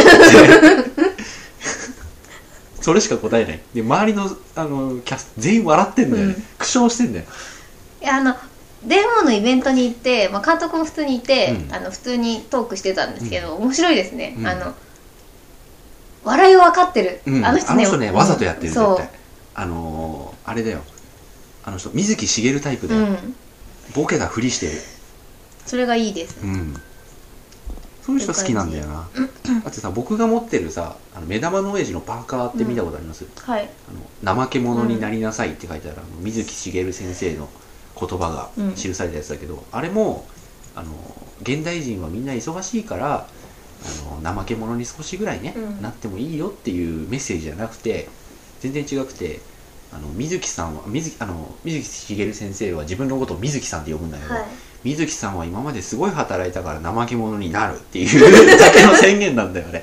それしか答えないで周りの、あのキャス全員笑ってんだよね、うん、苦笑してんだよ。 いやあのデーモンのイベントに行って、まあ、監督も普通にいて、うん、あの普通にトークしてたんですけど、うん、面白いですね、うん、あの笑いを分かってる、 うん、あの人 ね, あの人ねわざとやってる、絶対あのー、あれだよあの人水木しげるタイプで、うん、ボケがふりしてる。 それがいいです、 うんそういう人好きなんだよな。だってさ僕が持ってるさあの目玉の親父のパーカーって見たことあります？うん、はい。あの怠け者になりなさいって書いてある、あの水木しげる先生の言葉が記されたやつだけど、うん、あれもあの現代人はみんな忙しいからあの怠け者に少しぐらいね、うん、なってもいいよっていうメッセージじゃなくて全然違くて、あの水木さんは水木あの水木しげる先生は自分のことを水木さんって呼ぶんだけど、はい、水木さんは今まですごい働いたから怠け者になるっていうだけの宣言なんだよね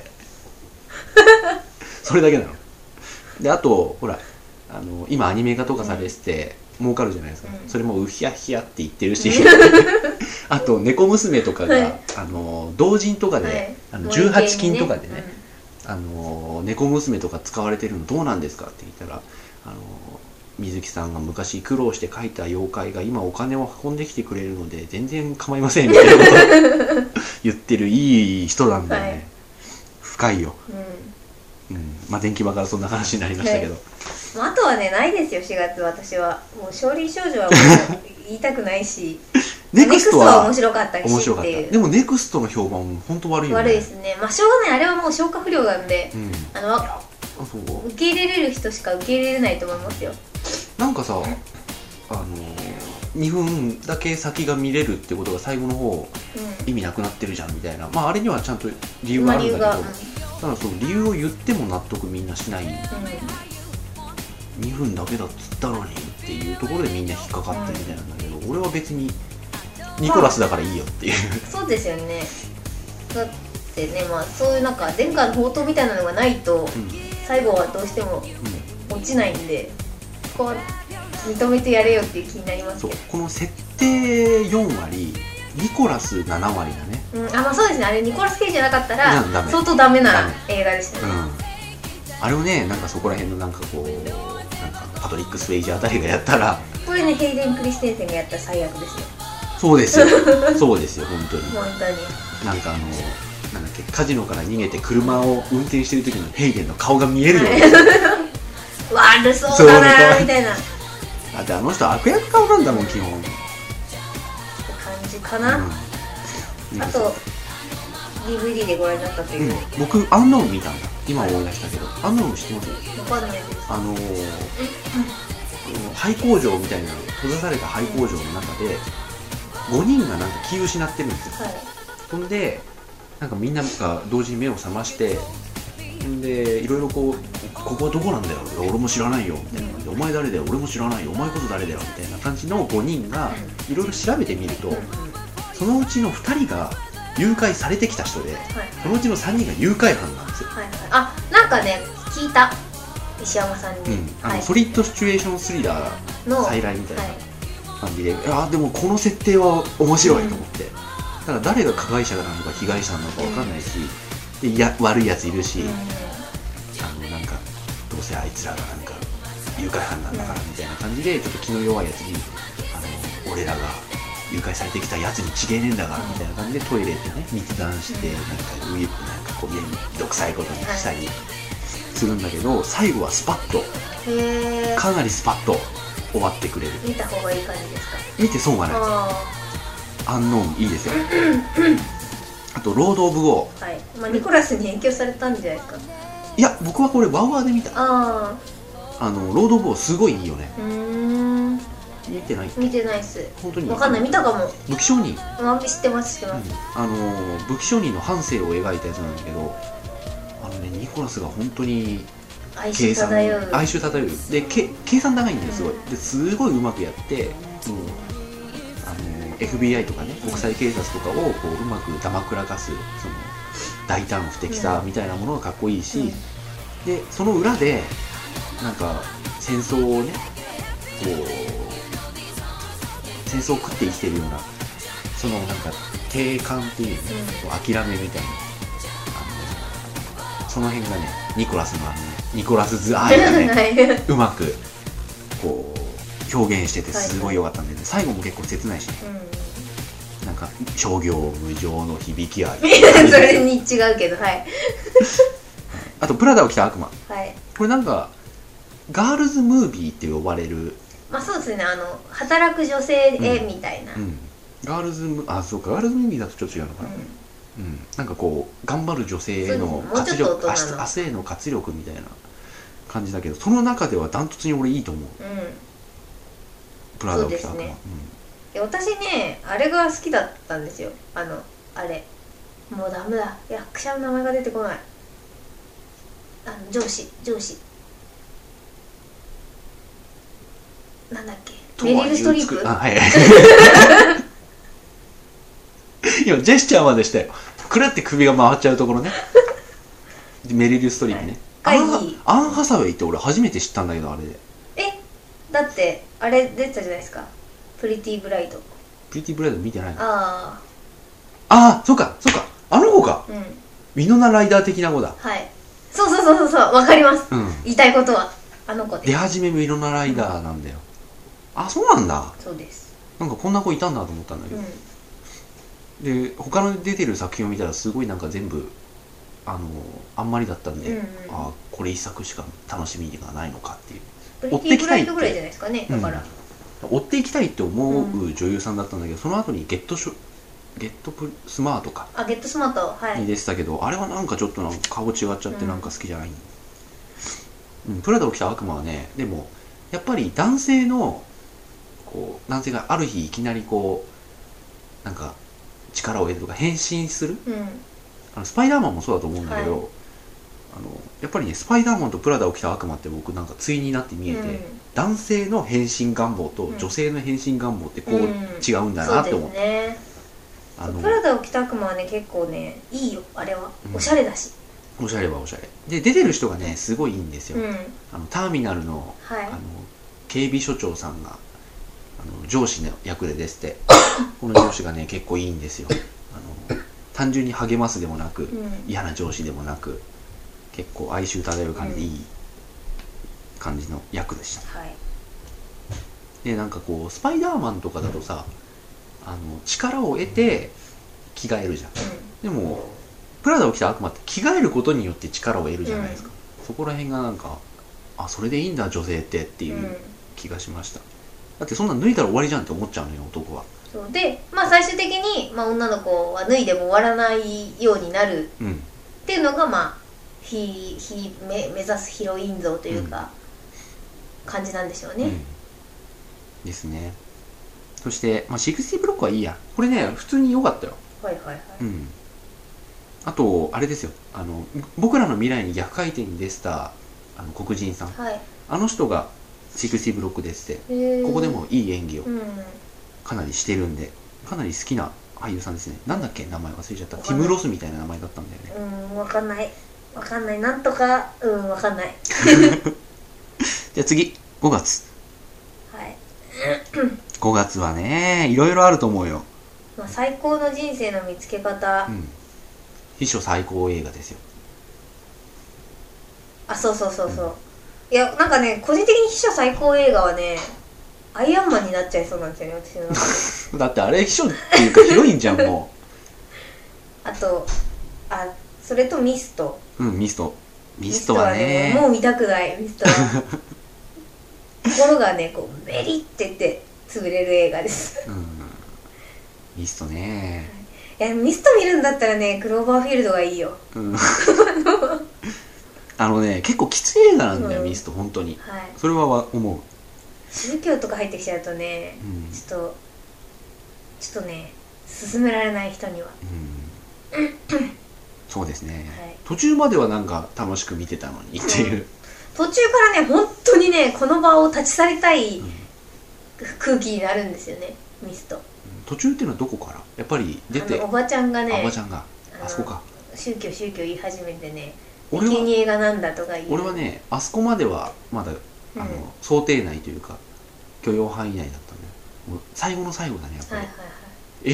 それだけなの。であとほらあの今アニメ化とかされてて、うん、儲かるじゃないですか、うん、それもうひやひやって言ってるしあと猫娘とかが、はい、あの同人とかで、はい、あのじゅうはちきんとかでね、うん、あの猫娘とか使われてるのどうなんですかって言ったらあの水木さんが昔苦労して描いた妖怪が今お金を運んできてくれるので全然構いませんみたいなことを言ってるいい人なんだよね、はい、深いよ、うんうん、まあ電気場からそんな話になりましたけど、 はい、あとはねないですよしがつ私はもう少林少女はもう言いたくないしネクストは面白かったしっていう。 でもネクストの評判本当悪いよね。 悪いですね。まあしょうがない、あれはもう消化不良なんで、うん、あのあそう受け入れれる人しか受け入れれないと思いますよ。 なんかさあのにふんだけ先が見れるってことが最後の方、うん、意味なくなってるじゃんみたいな、まああれにはちゃんと理由があるんだけど、まあ、ただその理由を言っても納得みんなしない、うん、にふんだけだっつったのにっていうところでみんな引っかかってるみたいなんだけど、うん、俺は別にニコラスだからいいよっていう、まあ、そうですよね。だってね、まあそういうなんか殿下の宝刀みたいなのがないと、うん、最後はどうしても落ちないんで、うん、ここは認めてやれよっていう気になりますけど、 そうこの設定よんわりニコラスななわりだね、 うん、あまあそうですね。あれニコラス・ケイジじゃなかったら相当ダメな映画でしたね、うん、 あれをねなんかそこら辺のなんかこうなんかパトリック・スウェイジあたりがやったら、 これねヘイデン・クリステンセンがやったら最悪ですよ。 そうですよそうですよ本当に本当になんかあのなんだっけカジノから逃げて車を運転してる時のヘイデンの顔が見えるように悪そうだなみたいな。 だってあの人悪役顔なんだもん基本って感じかな、うん、あと ディーブイディー でご覧になったという、うん、 僕アンノーン見たんだ今思い出したけど、はい、アンノーン知ってます？ 分かんないです。 あのー、廃工場みたいな閉ざされた廃工場の中でごにんがなんか気を失ってるんですよ、はい、そんでなんかみんなが同時に目を覚ましてんでいろいろこうここはどこなんだよ俺も知らないよみたいな感じで、お前誰だよ俺も知らないよお前こそ誰だよみたいな感じのごにんがいろいろ調べてみると、そのうちのふたりが誘拐されてきた人で、はい、そのうちのさんにんが誘拐犯なんですよ、はいはい、 あ、なんかね聞いた石山さんに、 うん、あの、はい、ソリッドシチュエーションスリラーの再来みたいな感じで、はい、あでもこの設定は面白いと思って、うん、だから誰が加害者なのか被害者なのか分かんないし、うん、でや悪いやついるし、うん、あのなんかどうせあいつらがなんか誘拐犯なんだからみたいな感じでちょっと気の弱いやつにあの俺らが誘拐されてきたやつにちげえねえんだからみたいな感じでトイレでね密談してなんかウイなんかこう家に毒臭いことにしたりするんだけど、最後はスパッとへかなりスパッと終わってくれる。 見た方がいい感じですか？ 見て損がないです。アンノーンいいですよあとロード・オブ・ウォー、 はい、まあ、ニコラスに影響されたんじゃないですか？ いや僕はこれワウワーで見た。 ああのロード・オブ・ウォーすごいいいよね。 うーん見てない？ 見てないっす。 本当に分かんない。見たかも。 武器商人、 まあ、知ってます知ってます、 うん、あの武器商人の半生を描いたやつなんだけど、あのねニコラスが本当に哀愁漂う哀愁漂うでけ計算高いんだよすごい、うん、ですごいうまくやって、うん、あの エフビーアイ とかね国際警察とかをこううまくだまくらかすその大胆不敵さみたいなものがかっこいいし、うん、でその裏でなんか戦争をねこう戦争を食って生きてるようなそのなんか定感っていう、ね、うん、諦めみたいなあのその辺がねニコラスのあのニコラスズアイがねうまくこう表現しててすごい良かったんで、ね、最後も結構切ないし、ね、うん、なんか商業無常の響きありそれに違うけどはいあとプラダを着た悪魔、 はい、 これなんかガールズムービーって呼ばれる、 まあそうですね、あの働く女性絵みたいな、 うんうん、ガールズムあそうかガールズムービーだとちょっと違うのかな、うんうん、なんかこう頑張る女性の活力、明日への活力みたいな感じだけど、その中ではダントツに俺いいと思う、うん、プラダを着た悪魔、ね、 うん、私ねあれが好きだったんですよ。あのあれもうダメだ役者の名前が出てこない。あの上司上司なんだっけ、メリル・ストリープ。あ、はい今ジェスチャーまでしたよ。くるって首が回っちゃうところねメリル・ストリープね、はい、アン、アン・ハサウェイって俺初めて知ったんだけど、あれでえだってあれ出てたじゃないですか、プリティ・ブライド。 プリティ・ブライド見てないの？ あああ、そうかそうか、あの子か、うん、ウィノナ・ライダー的な子だ。 はい、そうそうそうそうそう、わかります、うん、言いたいことはあの子で出始めウィノナ・ライダーなんだよ、うん、あ、そうなんだ。 そうです。 なんかこんな子いたんだと思ったんだけど、うん、で他の出てる作品を見たらすごいなんか全部あのあんまりだったんで、うんうん、あこれ一作しか楽しみがないのかっていう、追っていきたいって、 ぐらいじゃないですかね、だから、 うん、追っていきたいって思う女優さんだったんだけど、その後にゲットショゲットプスマートか、 あゲットスマートはいに出てたけど、あれはなんかちょっとなんか顔違っちゃってなんか好きじゃない、うんうん、プラダを着た悪魔はね、でもやっぱり男性のこう男性がある日いきなりこうなんか力を得るとか変身する、うん、あのスパイダーマンもそうだと思うんだけど、はい、あのやっぱりねスパイダーマンとプラダを着た悪魔って僕なんか対になって見えて、うん、男性の変身願望と女性の変身願望ってこう違うんだなって思って、うんうん、そうですね。あのプラダを着た悪魔はね結構ねいいよ、あれはおしゃれだし、 うん、おしゃれはおしゃれで出てる人がねすごいいいんですよ、うん、あのターミナルの、はい、あの警備所長さんがあの上司の役でですってこの上司がね結構いいんですよ。あの単純に励ますでもなく、うん、嫌な上司でもなく結構哀愁漂う感じでいい感じの役でした、うん、はい、でなんかこうスパイダーマンとかだとさ、 あの力を得て着替えるじゃん、うん、でもプラダを着た悪魔って着替えることによって力を得るじゃないですか、うん、そこら辺がなんかあそれでいいんだ女性ってっていう気がしました、うん、だってそんな脱いだら終わりじゃんって思っちゃうのよ男は。 そうで、まあ、最終的に、まあ、女の子は脱いでも終わらないようになるっていうのが、まあ、ひひ目目指すヒロイン像というか、うん、感じなんでしょうね、うん、 ですね。そして、まあ、シックスティーブロックはいいや、これね普通に良かったよ。 はいはいはい、 うん、あとあれですよ、あの僕らの未来に逆回転に出てたあの黒人さん、はい、あの人がシックスティーブロックですって、ここでもいい演技をかなりしてるんで、かなり好きな俳優さんですね。なんだっけ名前忘れちゃった。ティム・ロスみたいな名前だったんだよね。 うん、わかんないわかんないなんとかうんわかんないじゃあ次ごがつ。 はいごがつはねいろいろあると思うよ。 まあ、最高の人生の見つけ方、うん、 秘書最高映画ですよ。 あ、そうそうそうそう、うん、いやなんかね個人的に秘書最高映画はねアイアンマンになっちゃいそうなんですよね私の中でだってあれ秘書っていうかヒロインじゃんもうあとあそれとミスト。 うんミストミストはねもう見たくないミストは心がねこうメリってって潰れる映画です、うん、 ミストね、 はい、いやミスト見るんだったらねクローバーフィールドがいいよ、うん、 あのね結構きつい映画なんだよ、うん、ミスト本当に、はい、それは思う。 宗教とか入ってきちゃうとね、うん、ちょっとちょっとね勧められない人には、うん、 そうですね、はい、途中まではなんか楽しく見てたのにっていう、うん、 途中からね本当にねこの場を立ち去りたい空気になるんですよね、ミスト。 途中っていうのはどこからやっぱり出ておばちゃんがねおばちゃんがあそこか宗教宗教言い始めてね生贄がなんだとか言う。 俺はねあそこまではまだあの、うん、想定内というか許容範囲内だったね。もう最後の最後だねやっぱり、はいはいはい、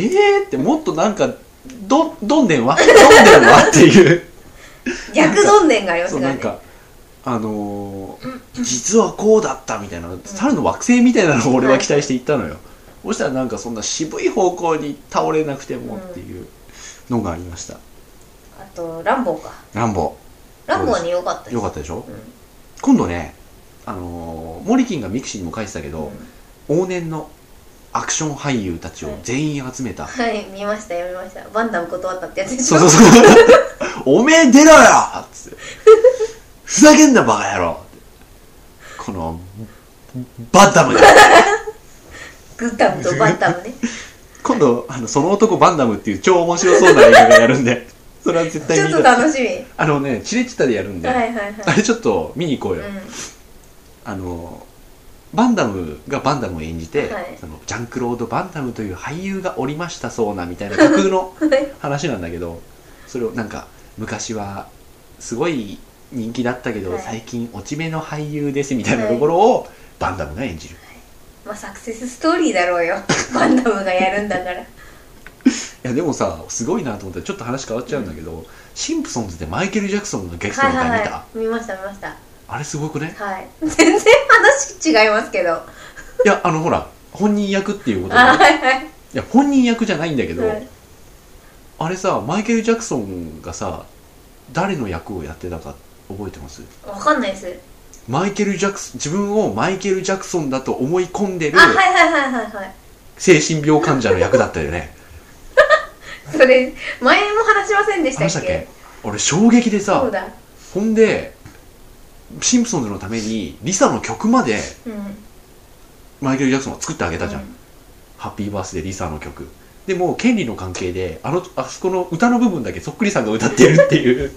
えーってもっとなんかどどんでんはどんでんはっていう逆どんでんがありますからね。そうなんかあのー、実はこうだったみたいな猿の惑星みたいなのを俺は期待していったのよ、うん、そしたらなんかそんな渋い方向に倒れなくてもっていうのがありました、うん、 あとランボーか。 ランボーランボーはね良かったです。 良かったでしょ、うん、今度ねあのー、モリキンがミクシーにも書いてたけど、うん、往年のアクション俳優たちを全員集めた、 はい、はい、見ましたよ見ました。バンダム断ったってやつでしょ。 そうそうそうおめえ出ろよっつってふざけんなバカ野郎このバンダムがグッダムとバンダムね今度あのその男バンダムっていう超面白そうな映画がやるんでそれは絶対見たい。 ちょっと楽しみ。 あのねチレチタでやるんで、はいはいはい、あれちょっと見に行こうよ、うん、あのバンダムがバンダムを演じて、はい、そのジャンクロード・バンダムという俳優がおりましたそうなみたいな架空の話なんだけどそれをなんか昔はすごい人気だったけど、はい、最近落ち目の俳優ですみたいなところをバンダムが演じる、はい、 まあサクセスストーリーだろうよバンダムがやるんだからいやでもさすごいなと思ってちょっと話変わっちゃうんだけど、うん、シンプソンズでマイケル・ジャクソンのゲストの回見た、はいはいはい、 見ました見ました。 あれすごくね。 はい全然話違いますけどいやあのほら本人役っていうことで、 ね、はいはい、 いや本人役じゃないんだけど、 はい、 あれさマイケル・ジャクソンがさ誰の役をやってたか覚えてます？ わかんないです。 マイケル・ジャクソン自分をマイケル・ジャクソンだと思い込んでるあ、はいはいはいはいはい、 精神病患者の役だったよねそれ前も話しませんでしたっけ？ 話したっけ？俺衝撃でさ、 そうだ。 ほんでシンプソンズのためにリサの曲まで、うん、マイケル・ジャクソンが作ってあげたじゃん、うん、ハッピーバースデーリサの曲でも権利の関係であのあそこの歌の部分だけそっくりさんが歌ってるっていう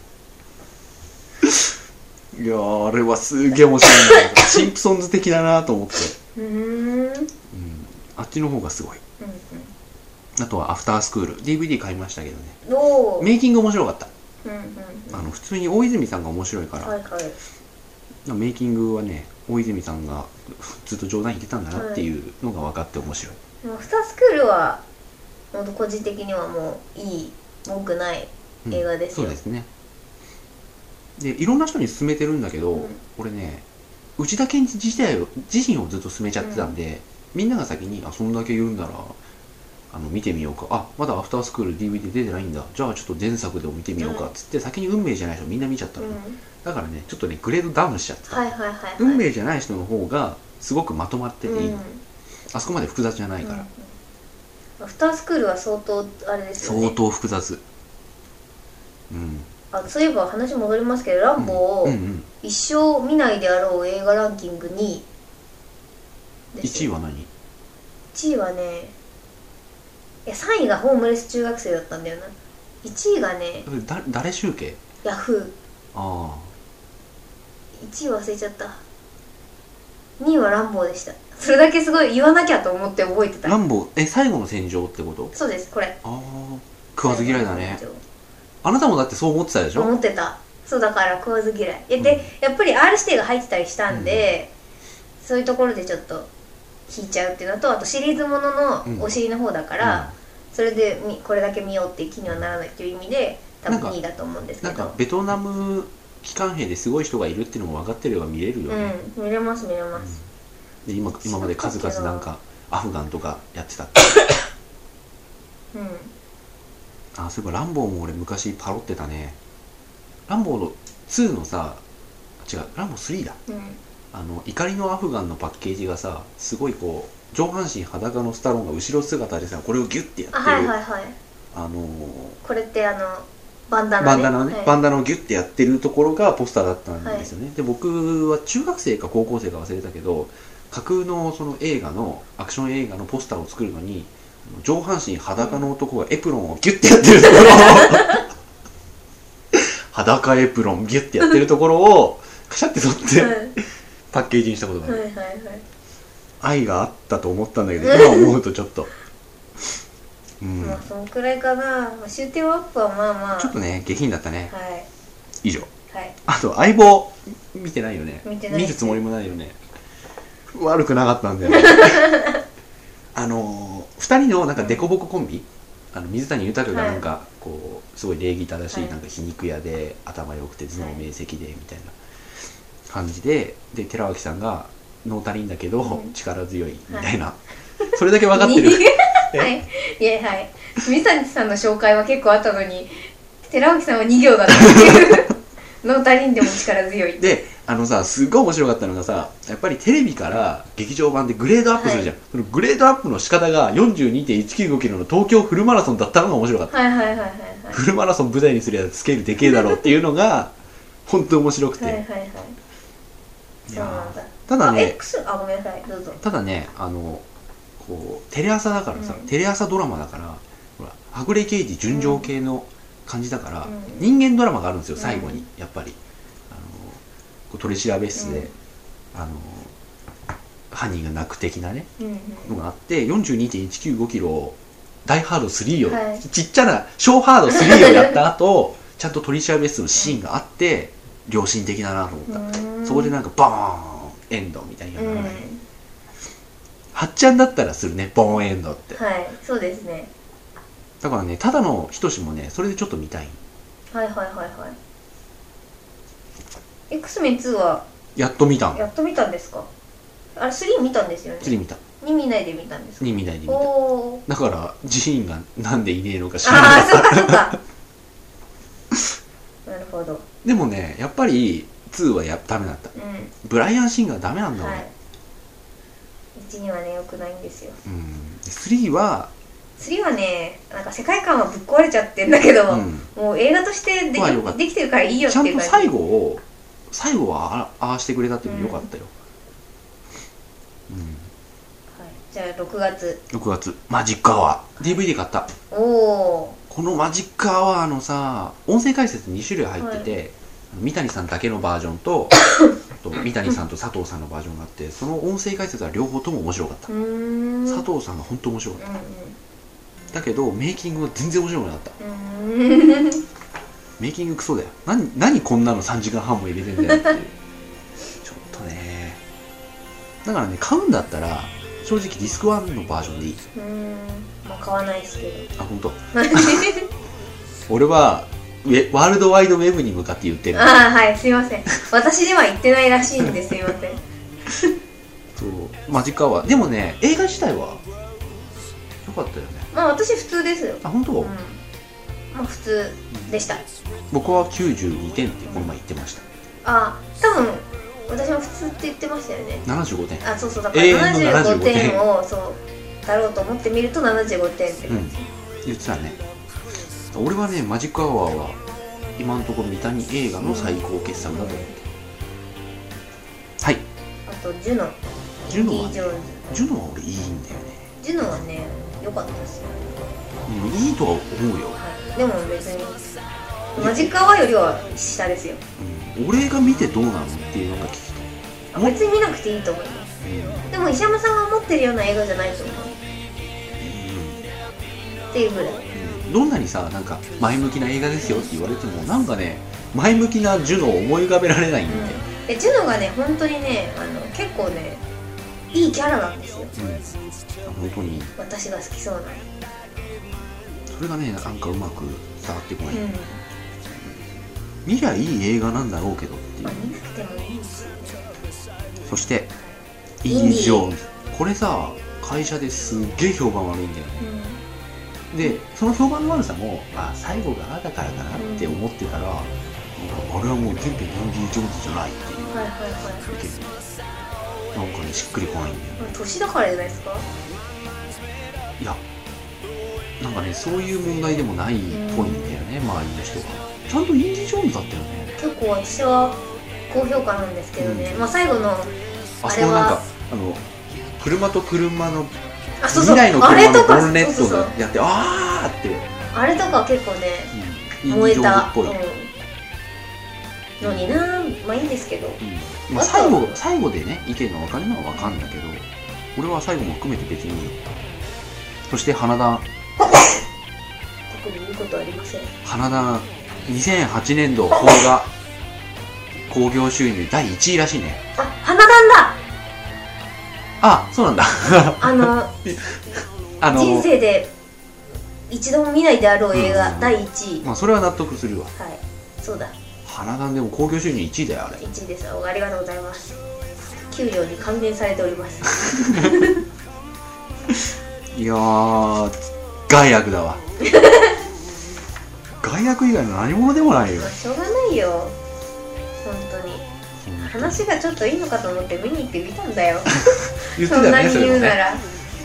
いやーあれはすげえ面白いんだけどシンプソンズ的だなと思ってうーん、うん、あっちの方がすごい、うんうん、あとはアフタースクール ディーブイディー 買いましたけどね。 おメイキング面白かった、 うんうんうん、 あの普通に大泉さんが面白いから、 はいはい、 メイキングはね大泉さんがずっと冗談言ってたんだなっていうのが分かって面白い、 はい、アフタースクールは個人的にはもういい文句ない映画ですよ、 うん、そうですね。でいろんな人に勧めてるんだけど、うん、俺ね内田健二自体を自身をずっと勧めちゃってたんで、うん、みんなが先にあそんだけ言うんならあの見てみようか、あまだアフタースクール ディーブイディー 出てないんだ、じゃあちょっと前作でも見てみようかっつって、うん、先に運命じゃない人みんな見ちゃったの、うん、だからねちょっとねグレードダウンしちゃってた、 はいはいはいはい、 運命じゃない人の方がすごくまとまってていいの、うん、あそこまで複雑じゃないから、うんうん、アフタースクールは相当あれですよね、 相当複雑。うん、あそういえば話戻りますけど、ランボーを、うんうんうん、一生見ないであろう映画ランキングにいいちいは何？ いち 位はね、いやさんいがホームレス中学生だったんだよな。いちいがね、 だ誰集計？ ヤフー。 ああ。 いちい忘れちゃった。にいはランボーでした。それだけすごい言わなきゃと思って覚えてた。 ランボー、え、最後の戦場ってこと？ そうです、これ。 ああ、食わず嫌いだね。あなたもだってそう思ってたでしょ？ 思ってた。そうだから食わず嫌い。で、うん、やっぱり アール 指定が入ってたりしたんで、うん、そういうところでちょっと引いちゃうっていうのと、あとシリーズもののお尻の方だから、うん、それでこれだけ見ようっていう気にはならないっていう意味で多分にいだと思うんですけど、 なんかベトナム機関兵ですごい人がいるっていうのも分かってれば見れるよね。 うん、見れます見れます、 うん、で 今, 今まで数々なんかアフガンとかやってたってうん、あ、そういえばランボーも俺昔パロってたね。ランボーのツーのさ、違う、ランボースリーだ、うん、あの怒りのアフガンのパッケージがさ、すごいこう上半身裸のスタローンが後ろ姿でさ、これをギュッてやってる、 はいはいはい、 あのー、 これってあのバンダナね、 バンダナね、はい、バンダナをギュッてやってるところがポスターだったんですよね、はい、で僕は中学生か高校生か忘れたけど、架空のその映画のアクション映画のポスターを作るのに上半身裸の男がエプロンをギュッてやってるところを裸エプロンギュッてやってるところをカシャって取って、はい、パッケージにしたことがある、はいはいはい、愛があったと思ったんだけど今思うとちょっとうん、まあそのくらいかな。シューティングアップはまあまあちょっとね下品だったね、 はい、 以上、 はい、 あと相棒見てないよね。 見てない、 見るつもりもないよね。悪くなかったんだよねあのー、ふたりのなんかデコボココンビ、あの水谷豊がなんかこうすごい礼儀正しいなんか皮肉屋で頭良くて頭脳明晰でみたいな感じで、で寺脇さんがノー足りんだけど力強いみたいな、それだけ分かってるはい、いやはい水谷さんの紹介は結構あったのに寺脇さんはに行だったっていうノータリンでも力強いで、あのさすっごい面白かったのがさ、やっぱりテレビから劇場版でグレードアップするじゃん、はい、そのグレードアップの仕方が よんじゅうにてんいちきゅうごキロの東京フルマラソンだったのが面白かった、 はいはいはいはいはい、 フルマラソン舞台にするやつスケールでけえだろうっていうのが本当面白くて、はいはいはい、いやただね、 あ X、あごめんなさいどうぞ。 ただね、あのこうテレ朝だからさ、うん、テレ朝ドラマだからほらはぐれ刑事純情系の感じだから、うん、人間ドラマがあるんですよ最後に、うん、やっぱりあのこう取り調べ室で、うん、あの犯人が泣く的なね、うん、のがあって よんじゅうにてんいちきゅうごキロダイハードスリーを、はい、ちっちゃな小ハードスリーをやった後ちゃんと取り調べ室のシーンがあって良心的だなと思った、うん、そこでなんかバーンエンドみたいなのがない、うん、はっちゃんだったらするね、ボーンエンドって。 はい、そうですね。 だからね、ただのひとしもね、それでちょっと見たい。 はいはいはいはい。X メンツーはやっと見たん。 やっと見たんですか。あれスリー見たんですよね。 スリー見た。 に見ないで見たんですか。 に見ないで見た。おだからジーンがなんでいねえのか知らない。ああ、そっかそっか。なるほど。 でもね、やっぱりツーはやダメだった。うん、ブライアン・シンガーダメなんだ俺。はい、 いちにはね良くないんですよ。 うん。スリーはスリーはね、なんか世界観はぶっ壊れちゃってんだけど、うん、もう映画としてで き, できてるからいいよっていう感じ。 ちゃんと最後を最後はああしてくれたっていうの良かったよ。うん。うん、はい。 じゃあろくがつ。 ろくがつマジックアワー ディーブイディー 買った。 おお。 このマジックアワーのさ音声解説に種類入ってて、はい、三谷さんだけのバージョンとと三谷さんと佐藤さんのバージョンがあって、その音声解説は両方とも面白かった。佐藤さんが本当面白かった、うんうん、だけどメイキングは全然面白くなかった。メイキングクソだよ。何何こんなのさんじかんはんも入れてんだよっていうちょっとね、だからね買うんだったら正直ディスクワンのバージョンでいい。 うーん、もう買わないですけど。 あ、本当。俺はワールドワイドウェブに向かって言ってる。 ああ、はい、すいません。私では言ってないらしいんですいません。 そう、マジックアワーでもね映画自体は良かったよね。 まあ私普通ですよ。 あ、本当？うん、 まあ普通でした、うん、 僕はきゅうじゅうにてんってこの前言ってました。 あ、多分私も普通って言ってましたよね。 ななじゅうごてん。 あ、そうそう、だからななじゅうごてんをそうだろうと思ってみるとななじゅうごてんって感じ、うん、 言ってたね。俺はね、マジックアワーは今のところ三谷映画の最高傑作だと思って、うん、はい。 あとジュノ。 ジュノは、ね、ジュノは俺いいんだよね。 ジュノはね、良かったですよ。 うん、いいとは思うよ、 はい、でも別にマジックアワーよりは下ですよ、 うん、俺が見てどうなのっていうのが聞きたい。 別に見なくていいと思います、うん、でも石山さんが思ってるような映画じゃないと思う、うん、っていうぐらい、 うん、どんなにさ、なんか前向きな映画ですよって言われても、なんかね、前向きなジュノを思い浮かべられないんだよ、 うん、でジュノがね、本当にね、あの結構ね、いいキャラなんですよ、 うん、本当に私が好きそうな。 それがね、なんかうまく伝わってこない、うん、見りゃいい映画なんだろうけどっていう、まあ、 見なくてもいいですよね。 そしてインディ・ジョーンズ、これさ、会社ですっげえ評判悪いんだよね、うん、でその評判の悪さも、まあ、最後があだからかなって思ってたら、うん、あれはもう全編インディ・ジョーンズじゃないっていう、はいはいはい、なんかね、しっくりこないんだよね。 年だからじゃないですか。 いや、なんかね、そういう問題でもないっぽいんだよね、周りの人が。ちゃんとインディ・ジョーンズだったよね。 結構私は高評価なんですけどね、うん、まあ最後のあれはなんかあの車と車の未来の車のボンネットでやってあーってあれとか結構ね、うん、燃えた、うん、のにな、まあいいんですけど、 うん、まあ、最後最後でね意見が分かるのは分かるんだけど、俺は最後も含めて別に。そして花田特に言うことはありません。 花田にせんはちねん度邦画興行収入だいいちいらしいね。 あ、花壇だ。 あ、そうなんだ。 あのあの人生で一度も見ないであろう映画、うん、だいいちい。 まあそれは納得するわ。はい、 そうだ。 花壇でも興行収入いちいだよ、あれ。 いちいです。ありがとうございます。給料に還元されております。 いやー、害悪だわ。害悪以外の何者でもないよ。 まあ、しょうがないよ、本当に。話がちょっといいのかと思って見に行ってみたんだよ。 言ってたよね、そんなに言うなら。 ね、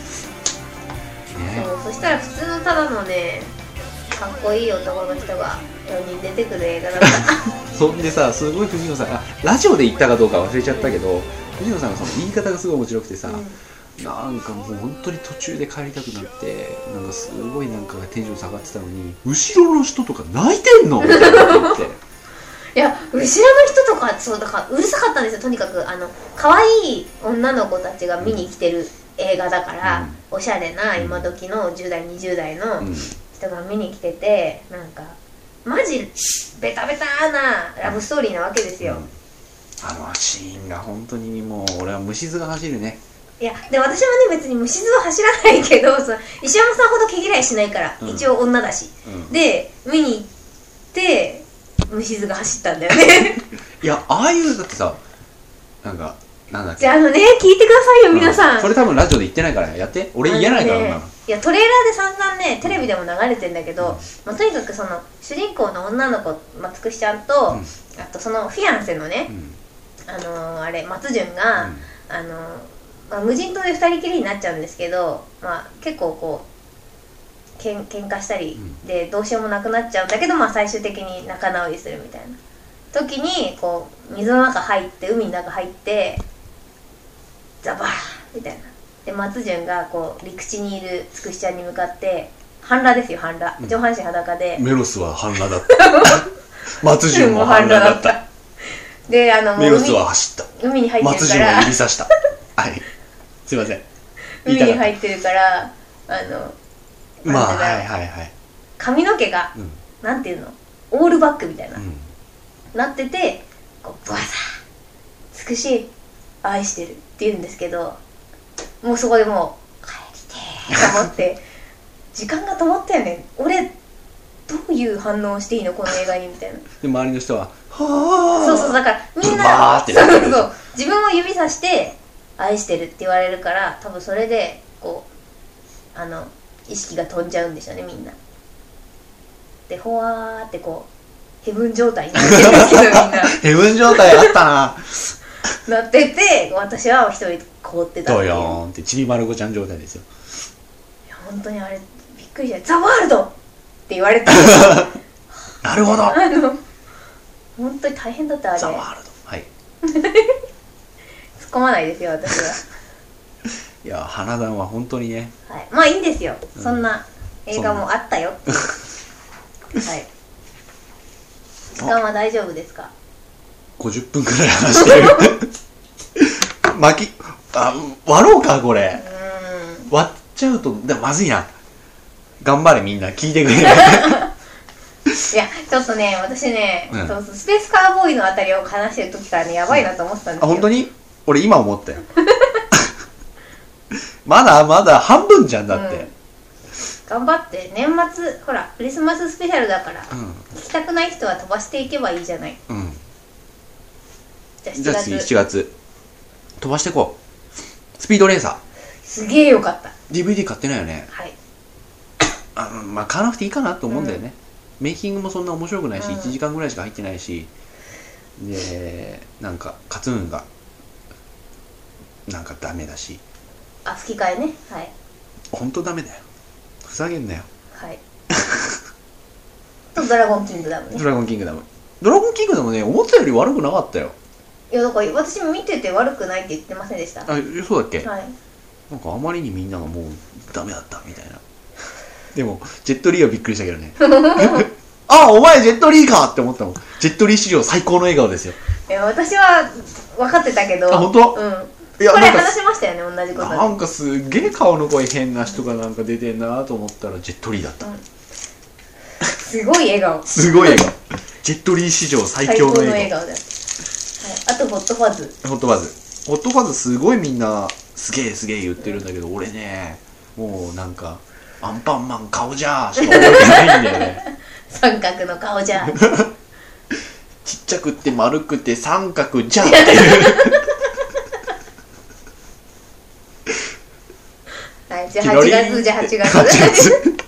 そう、そしたら普通のただのね、かっこいい男の人がよにん出てくる映画だった。 そんでさ、すごい藤野さんがラジオで言ったかどうか忘れちゃったけど、藤野さんがその言い方がすごい面白くてさ、うん、なんかもう本当に途中で帰りたくなって、なんかすごいなんかテンション下がってたのに、後ろの人とか泣いてんのみたいなこと言って。 いや、後ろの人とか、そうだからうるさかったんですよ。とにかくあの可愛い女の子たちが見に来てる映画だから、うん、おしゃれな今時のじゅう代にじゅう代の人が見に来てて、なんかマジベタベタなラブストーリーなわけですよ、うん、 あのシーンが本当にもう俺は虫唾が走るね。 いや、で私はね、別に虫唾は走らないけど、そ石山さんほど毛嫌いしないから、うん、一応女だし、うん、で見に行って虫唾が走ったんだよね。 いや、ああいうだってさ、なんかなんだっけ、 じゃあ、あのね、聞いてくださいよ、皆さん、 うん、それ多分ラジオで言ってないからやって。俺言えないからな、ね、 いや、トレーラーで散々ね、テレビでも流れてんだけど、うん、まあ、とにかくその主人公の女の子、まあ、つくしちゃんと、うん、あとそのフィアンセのね、うん、あのー、あれ松潤が、うん、あのーまあ、無人島でふたりきりになっちゃうんですけど、まあ、結構こうけん喧嘩したりでどうしようもなくなっちゃうんだけど、まあ、最終的に仲直りするみたいな時にこう水の中入って海の中入ってザバーみたいなで、松潤がこう陸地にいるつくしちゃんに向かって半裸ですよ、半裸、上半身裸で、 メロスは半裸だった。松潤も半裸だった。 で、あのメロスは走った。 海に入ってるから松潤は指さした。はい、すいません。 海に入ってるからあのまあはいはいはい。 髪の毛が、うん、なんていうの、オールバックみたいな、うん、なってて、こうブワザーつくし愛してるって言うんですけど、もうそこでもう帰りてーと思って時間が止まったよね。俺どういう反応をしていいのこの映画にみたいな。 で周りの人ははあ、 そうそう、だからみんなそうそうそう、自分を指さして愛してるって言われるから、多分それでこうあの意識が飛んじゃうんでしょうねみんなでほわーってこうヘブン状態になってるんですけどみんなヘブン状態あったななってて私は一人凍ってたっていうドヨーンってちびまる子ちゃん状態ですよ。 いや本当にあれびっくりしたザワールドって言われたなるほどあの本当に大変だったあれザワールドはい突っ込まないですよ私は。 いや花壇は本当にね、 はい、まあいいんですよ、うん、そんな映画もあったよってはい時間は大丈夫ですか？ ごじゅっぷんくらい話してる巻きあ割ろうかこれうん割っちゃうとでもまずいな頑張れみんな聞いてくれいやちょっとね私ね、うん、そうそうスペースカーボーイのあたりを話してる時からねやばいなと思ってたんですよ、うん、 あ本当に俺今思ったよまだまだ半分じゃんだって、うん、 頑張って年末ほらクリスマススペシャルだから、うん、聞きたくない人は飛ばしていけばいいじゃない、うん、じゃあしちがつじゃあ次しちがつ飛ばしていこうスピードレーサーすげえよかったディーブイディー 買ってないよねはいあのまあ買わなくていいかなと思うんだよね、うん、メイキングもそんな面白くないし、うん、いちじかんぐらいしか入ってないしでなんかカツーンがなんかダメだしあ吹き替えねはいほんとダメだよふざけんなよはいとドラゴンキングダムねドラゴンキングダムドラゴンキングダムね思ったより悪くなかったよいやだから私も見てて悪くないって言ってませんでしたあそうだっけはいなんかあまりにみんながもうダメだったみたいなでもジェットリーはびっくりしたけどねあお前ジェットリーかって思ったもんジェットリー史上最高の笑顔ですよいや私は分かってたけどあ本当？ うんいやこれ話しましたよね同じことなんかすげえ顔の声変な人がなんか出てんなと思ったらジェットリーだった、うん、 すごい笑顔すごい笑顔ジェットリー史上最強の笑顔、最高の笑顔だ、はい、あとホットファズホットファズホットファズすごいみんなすげえすげえ言ってるんだけど、うん、俺ねもうなんかアンパンマン顔じゃーしか覚えてないんだよね三角の顔じゃーちっちゃくって丸くて三角じゃーってはい、じゃあはちがつじゃあはちがつはちがつ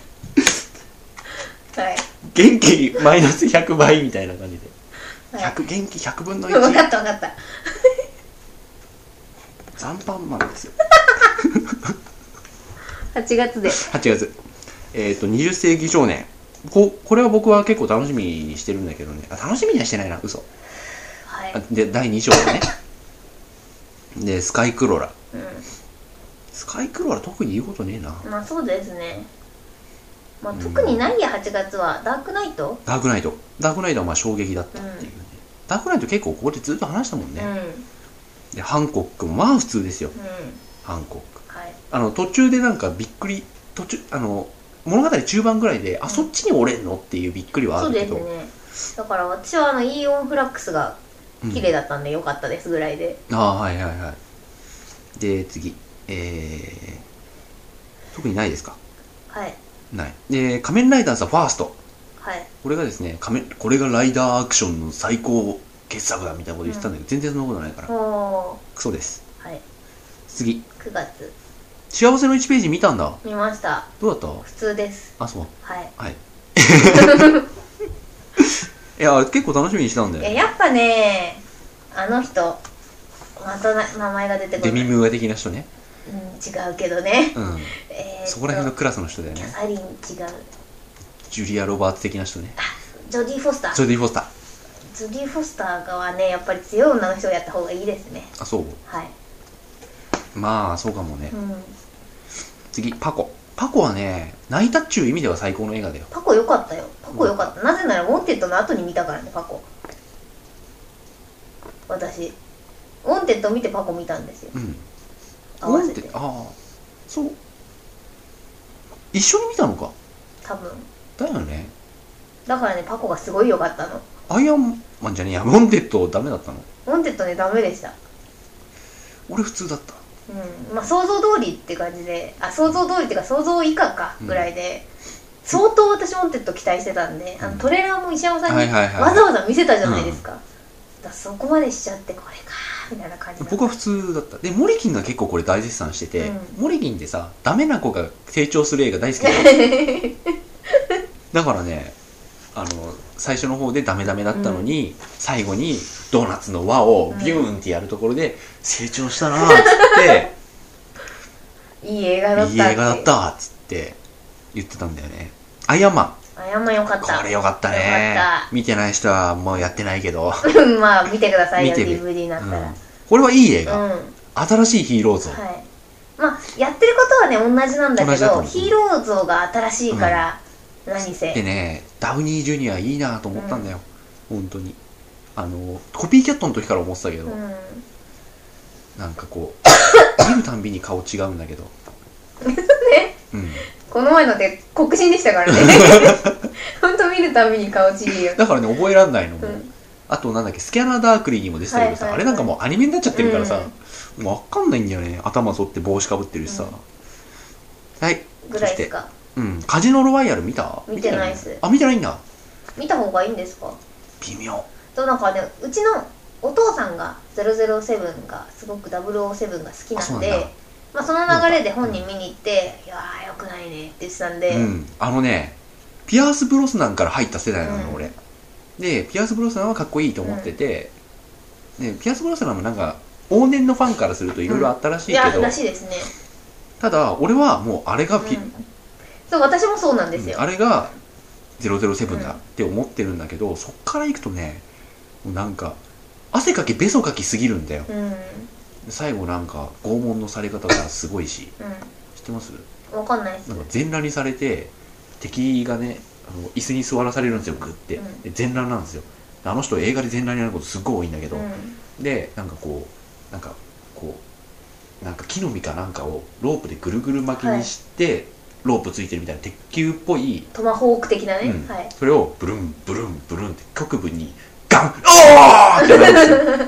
はい元気マイナスひゃくばいみたいな感じで、はい、元気ひゃくぶんのいち分かった分かったアンパンマンですよはちがつではちがつえっ、ー、とにじゅっ世紀少年 こ, これは僕は結構楽しみにしてるんだけどねあ楽しみにはしてないな嘘、はい、でだいに章だねでスカイクロラ、うん、スカイクロラ特に言うことねえなまあそうですね、まあ、特にないやはちがつはダークナイトダークナイトダークナイトはまあ衝撃だったっていうね、うん、ダークナイト結構ここでずっと話したもんね、うん、でハンコックもまあ普通ですよ、うん、ハンコック、はい、あの途中でなんかびっくり途中あの物語中盤ぐらいで、うん、あそっちに折れんのっていうびっくりはあるけどそうですねだから私はあのイーオンフラックスが綺麗だったんでよかったですぐらいで、 うん、ああはいはいはいで次えー、特にないですかはいないで仮面ライダーズファーストはいこれがですね仮面これがライダーアクションの最高傑作だみたいなこと言ってたんだけど、うん、全然そんなことないからクソですはい次くがつ幸せのいちページ見たんだ見ましたどうだった普通ですあそうはいはいいや結構楽しみにしたんだよいややっぱねあの人また名前が出てこないデミムーア的な人ねうん、違うけどね、うんえー、そこら辺のクラスの人だよねキャサリン違うジュリア・ロバーツ的な人ねジョディ・フォスタージョディ・フォスタージョディ・フォスターがはねやっぱり強い女の人をやった方がいいですねあそうはいまあそうかもね、 うん、 次パコパコはね泣いたっちゅう意味では最高の映画だよパコ良かったよパコ良かった、うん、なぜならウォンテッドの後に見たからねパコ私ウォンテッド見てパコ見たんですよ、うん合わせてああそう一緒に見たのか多分だよねだからねパコがすごい良かったのアイアンマンじゃねえやウォンテッドダメだったのウォンテッドねダメでした俺普通だったうんまあ想像通りって感じであ想像通りっていうか想像以下かぐらいで、うん、相当私ウォンテッド期待してたんで、うん、あのトレーラーも石山さんにわざわざ見せたじゃないですか、うん、だそこまでしちゃってこれかみたいな感じだった。 僕は普通だった。でモリキンが結構これ大絶賛してて、うん、モリキンってさダメな子が成長する映画大好きだだからねあの最初の方でダメダメだったのに、うん、最後にドーナツの輪をビューンってやるところで成長したなーっつっていい映画だったっていい映画だったっつって言ってたんだよね。アイアンマンアイアンマンよかった。 これよかったね。よかった。見てない人はもうやってないけどまあ見てくださいよ ディーブイディー になったら、うん、 これはいい映画、うん、新しいヒーロー像、はい、 まあやってることはね同じなんだけどヒーロー像が新しいから、うん、何せでねダウニージュニアいいなと思ったんだよ、うん、本当にあのコピーキャットの時から思ってたけど、うん、なんかこう見るたんびに顔違うんだけどね、うん、この前のって黒人でしたからね本当見るたびに顔ちぎるよ。 だからね覚えらんないのも、うん、あとなんだっけスキャナーダークリーにも出てたけどさ、はいはいはい、あれなんかもうアニメになっちゃってるからさ、うん、もう分かんないんだよね。頭剃って帽子かぶってるしさ、うん、はいぐらいですか。 うん、カジノロワイヤル見た？ 見てないっす。 あ見てないんだ。 見た方がいいんですか？ 微妙。 となんかねうちのお父さんがゼロゼロセブンがすごくダブルオーセブンが好きなんで、あまあ、その流れで本人見に行って、うん、いやーよくないねって言ってたんで、うん、 あのねピアース・ブロスナンから入った世代なの、うん、俺でピアース・ブロスナンはかっこいいと思ってて、うん、でピアース・ブロスナンもなんか往年のファンからするといろいろあったらしいけど、うん、いやらしいですね。ただ俺はもうあれがピ、うん、 そう私もそうなんですよ、 うん、あれがゼロゼロセブンだって思ってるんだけど、うん、そっから行くとねもうなんか汗かきべそかきすぎるんだよ、うん、最後なんか拷問のされ方がすごいし、うん、知ってます？ わかんないです。 なんか全裸にされて敵がねあの椅子に座らされるんですよグッて、うん、で全裸なんですよ。あの人映画で全裸になることすっごい多いんだけど、うん、でなんかこうなんかこうなんか木の実かなんかをロープでぐるぐる巻きにして、はい、ロープついてるみたいな鉄球っぽいトマホーク的なね、 うんはい、 それをブルンブルンブルンって局部にガンおーってなるんですよ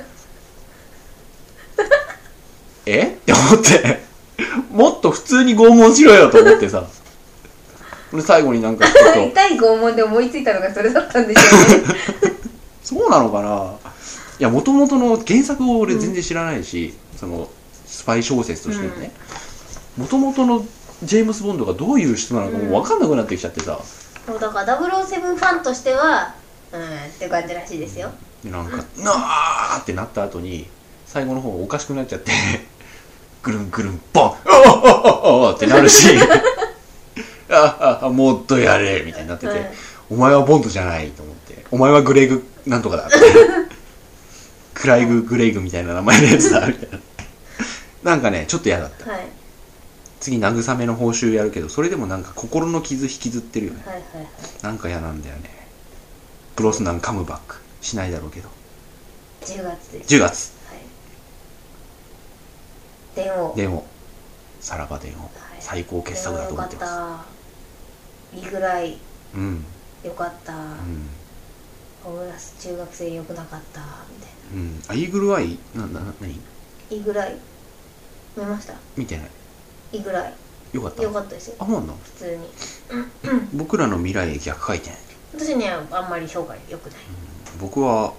えって思ってもっと普通に拷問しろよと思ってさこれ最後になんかちょっと痛い拷問で思いついたのがそれだったんでしょうねそうなのかな。いや元々の原作を俺全然知らないし、うん、そのスパイ小説としてね元々のジェームス・ボンドがどういう人なのかもう分かんなくなってきちゃってさ、 うん、そうだからダブルオーセブンファンとしてはうんっていう感じらしいですよ。 でなんかなーってなった後に最後の方おかしくなっちゃってぐるんぐるんボンああってなるしああもっとやれみたいになってて、うん、お前はボンドじゃないと思ってお前はグレイグなんとかだってクライグ・グレイグみたいな名前のやつだみたいななんかねちょっと嫌だった、はい、次慰めの報酬やるけどそれでもなんか心の傷引きずってるよね、はいはいはい、なんか嫌なんだよね。ブロスナンカムバックしないだろうけどじゅうがつです。 じゅうがつ、 はい、電王電王さらば電王、はい、最高傑作だと思ってます。 いいぐらい、 うん、 よかった、うん、俺ら中学生よくなかったみたいな、うん、 あイーグルアイなな何イーグルアイ見ました？見てない。 イーグルアイよかったよかったですよ。 あ、そうなの？ 普通に僕らの未来へ逆回転。 私にはあんまり評価良くない、 うん、僕は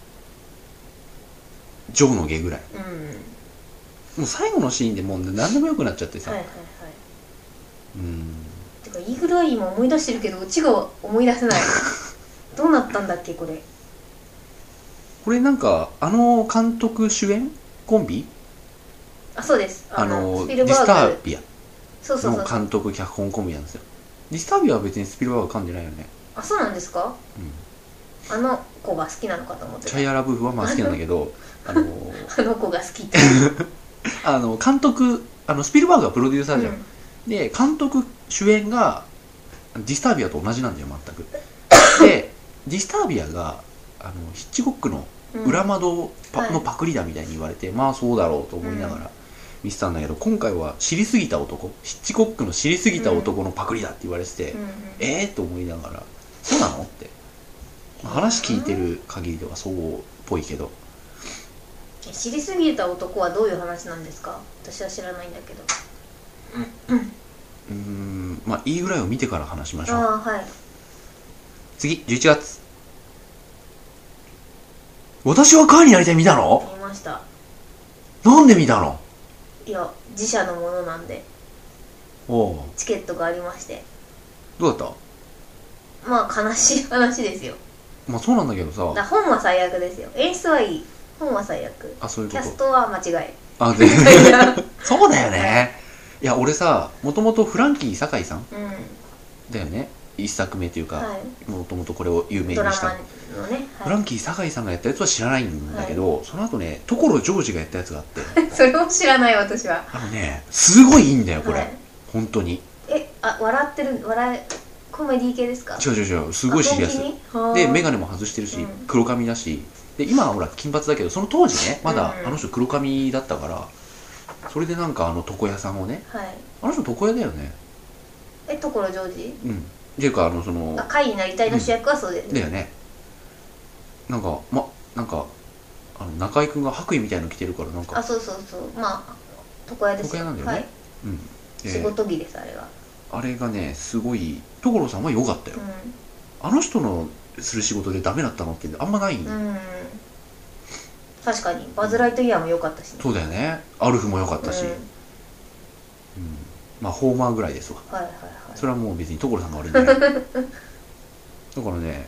ジョーの下ぐらい、うん、もう最後のシーンでもう何でもよくなっちゃってさ、はいはいはい、 うんてかイーグルアイ今思い出してるけどうちが思い出せないどうなったんだっけこれ。 これなんかあの監督主演コンビ、 あそうです、 あのスピルバーグディスタービアの監督脚本コンビなんですよ。ディスタービアは別にスピルバーグ噛んでないよね。 あ、そうなんですか、うん、あの子が好きなのかと思ってた。 チャイアラブーフはまあ好きなんだけどあのー、あの子が好きってあの監督あのスピルバーグはプロデューサーじゃん、うん、で監督主演がディスタービアと同じなんだよ全くでディスタービアがあのヒッチコックの裏窓パ、うん、のパクリだみたいに言われて、はい、まあそうだろうと思いながら見てたんだけど、今回は知りすぎた男ヒッチコックの知りすぎた男のパクリだって言われてて、うん、ええー、と思いながらそうなのって、まあ、話聞いてる限りではそうっぽいけど。 知りすぎた男はどういう話なんですか？私は知らないんだけど。 うーんまあいいぐらいを見てから話しましょう。 あ、はい、 次じゅういちがつ私はカーになりたい見たの？ 見ました。 なんで見たの？ いや自社のものなんで。 おチケットがありまして。 どうだった？ まあ悲しい話ですよ。 まあそうなんだけどさ、 だ本は最悪ですよ。演出はいい、本は最悪。 あ、そういうこと。 キャストは間違い。 あ、全然そうだよね。いや俺さ、もともとフランキー堺さん、うん、だよね、一作目というか、もともとこれを有名にした、ね、はい、フランキー堺さんがやったやつは知らないんだけど、はい、その後ね所ジョージがやったやつがあってそれを知らない私は。 あのねすごいいいんだよこれ、はい、本当に。 え、あ、笑ってる、笑いコメディ系ですか？ 違う違う違う、すごいシリアスで、眼鏡も外してるし、うん、黒髪だし、で今はほら金髪だけど、その当時ねまだあの人黒髪だったから、それでなんかあの床屋さんをね、はい、あの人床屋だよね。 え、所ジョージ？ うん。っていうかあのその怪になりたいの主役はそうですね。だよね。なんかまなんかあの中居君が白衣みたいの着てるからなんか。 あ、そうそうそう、まあ床屋ですよ。 床屋なんだよね。はい、うん。 仕事着ですあれは。 あれがねすごい、所さんは良かったよ。うん、あの人のする仕事でダメだったのってあんまない。うん。 確かにバズ・ライトイヤーも良かったし、ね、 そうだよね。アルフも良かったし、うん、うん、まあホーマーぐらいですわ。はいはいはい。それはもう別に所さんが悪いんじゃないだからね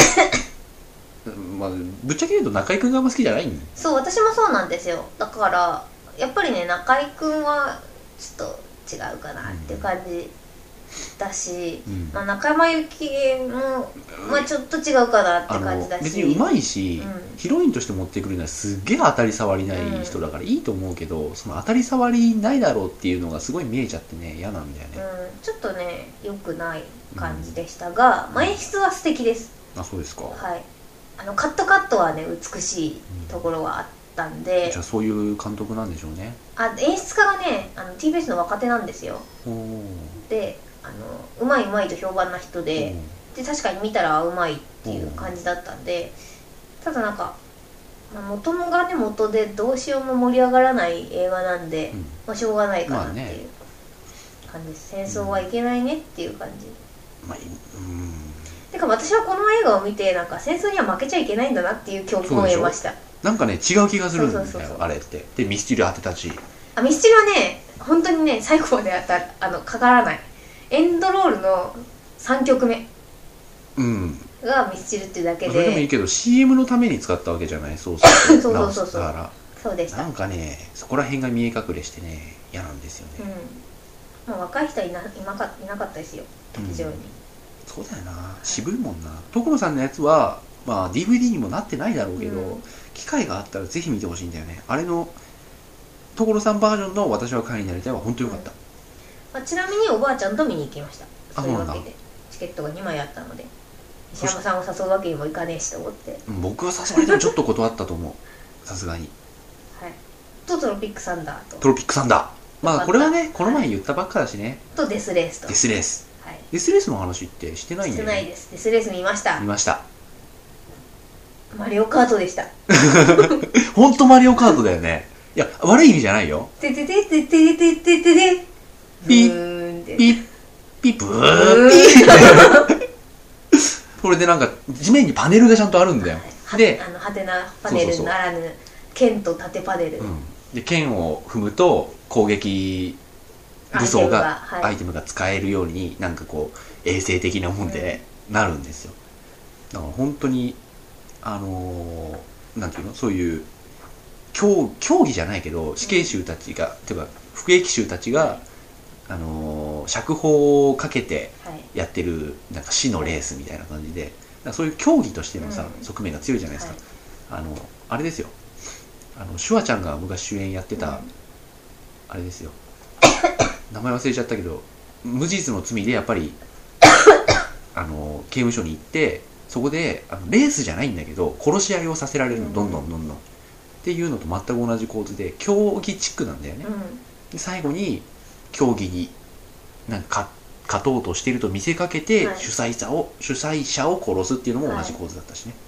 まあぶっちゃけ言うと中居君があんま好きじゃないん。 そう、私もそうなんですよ。だからやっぱりね中居君はちょっと違うかなっていう感じだし、うん、まあ、中山由紀恵も、まあ、ちょっと違うかなって感じだし、 別にうまいし、うん、ヒロインとして持ってくるのはすっげえ当たり障りない人だからいいと思うけど、うん、その当たり障りないだろうっていうのがすごい見えちゃってね嫌なんだよね、 うん、ちょっとね良くない感じでしたが、うん、まあ、演出は素敵です。 あ、そうですか。 はい、あのカットカットはね美しいところはあったんで、 うん、じゃあそういう監督なんでしょうね。 あ、演出家がねあの ティービーエス の若手なんですよ。であのうまいうまいと評判な人で、うん、で確かに見たらうまいっていう感じだったんで、ただなんか、まあ、元がね元でどうしようも盛り上がらない映画なんで、うん、まあ、しょうがないかなっていう感じです。まあね、戦争はいけないねっていう感じ、うん、まあ、うん、てか私はこの映画を見てなんか戦争には負けちゃいけないんだなっていう教訓を得ました。 なんかね違う気がするんだよあれって。でミスチル当てたし、 あ、ミスチルはね本当にね最後まで当たあのかからない。エンドロールのさんきょくめがミスチルっていうだけで、うん、 それでもいいけど シーエム のために使ったわけじゃない。そうそうそうそうそうそう、 だからそうでした。 なんかねそこら辺が見え隠れしてね嫌なんですよね、 うん、まあ、若い人はい な, いな, かいなかったですよ劇場に、うん、 そうだよな、渋いもんな。所さんのやつは、まあ、ディーブイディー にもなってないだろうけど、うん、機会があったらぜひ見てほしいんだよね。あれの所さんバージョンの私は会になりたいは本当よかった、うん、 まあ、ちなみにおばあちゃんと見に行きました。そういうわけでチケットがにまいあったので石山さんを誘うわけにもいかねえしと思って、 僕はさすがにでもちょっと断ったと思うさすがに。 はい、とトロピックサンダーとトロピックサンダー、まあこれはねこの前言ったばっかだしね、 はい、とデスレースとデスレース、はい、デスレースの話ってしてないんだよね。 してないです。デスレース見ました。 見ました。 マリオカートでした本当マリオカートだよね。いや悪い意味じゃないよ。 てててててててててピッピッピッブーピッこれでなんか地面にパネルがちゃんとあるんだよ。 で、あのハテナパネルならぬ剣と縦パネル、うん、 で剣を踏むと攻撃武装がアイテムが使えるようになんかこう衛生的なもんでなるんですよ。だから本当にあのー、なんていうの、そういう競, 競技じゃないけど死刑囚たちが、うん、ていうか服役囚たちが、あのー、釈放をかけてやってるなんか死のレースみたいな感じで、そういう競技としてのさ、うん、側面が強いじゃないですか、はい、あのあれですよ、あのシュワちゃんが昔主演やってた、うん、あれですよ名前忘れちゃったけど、無実の罪でやっぱりあの刑務所に行ってそこであのレースじゃないんだけど殺し合いをさせられるの、どんどんどんどんっていうのと全く同じ構図で競技チックなんだよね、うん、で最後に競技になんか勝とうとしていると見せかけて主催者を、はい、主催者を殺すっていうのも同じ構図だったしね、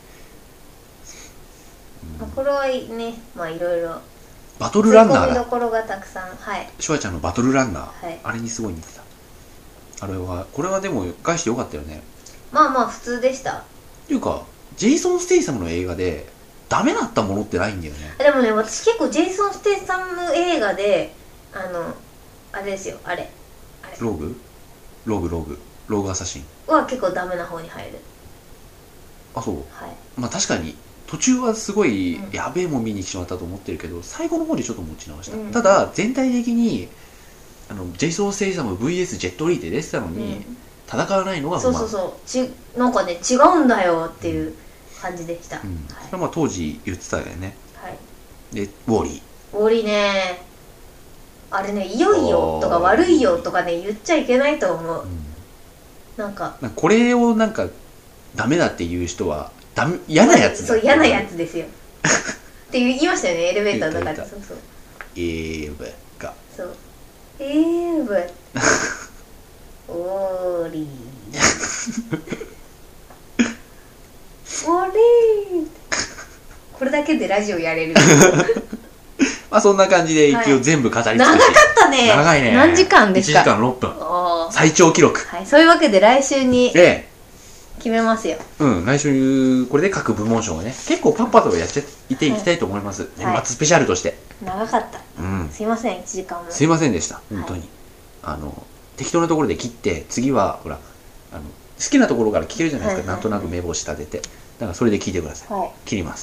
はい、うん、これはね、まあいろいろバトルランナーだ、 見どころがたくさん、はい、 シュワちゃんのバトルランナー、はい、あれにすごい似てた。あれはこれはでも返してよかったよね。 まあまあ普通でした。 っていうかジェイソン・ステイサムの映画でダメだったものってないんだよね。 でもね、私結構ジェイソン・ステイサム映画であのあれですよ、あれあれローグローグローグローグアサシンは結構ダメな方に入る。 あ、そう、 はい、 まあ確かに途中はすごい、 うん、 やべえもん見に来てしまったと思ってるけど、最後の方でちょっと持ち直した、うん、たただ全体的にあのジェイソン・ステイサム ブイエス ジェットリーって出てたのに、うん、戦わないのがそうそうそう、ちなんかね違うんだよっていう感じでした、うん、 はい、それはまあ当時言ってたよね。 はい、 でウォーリーウォーリーね、あれね、いよいよとか悪いよとかね言っちゃいけないと思う、うん、なんかこれをなんかダメだっていう人はダメ嫌なやつだ、 そう嫌なやつですよって言いましたよね、エレベーターの中で。そうそう、 エーブがそうエーブウォーリーウォーリーこれだけでラジオやれるまあそんな感じで一応全部語り尽くして、 はい、長かったね。 長いね。 何時間ですか？ いちじかんろっぷん、最長記録。 はい、そういうわけで来週に決めますよ。 うん、来週これで各部門賞がね結構パッパとやっちゃっていきたいと思います、はい、年末スペシャルとして、 はい、長かった、うん、すいませんいちじかんもすいませんでした本当に、はい、あの適当なところで切って次はほらあの好きなところから聞けるじゃないですか、はいはいはい、なんとなく目星立てて、だからそれで聞いてください、はい、切ります。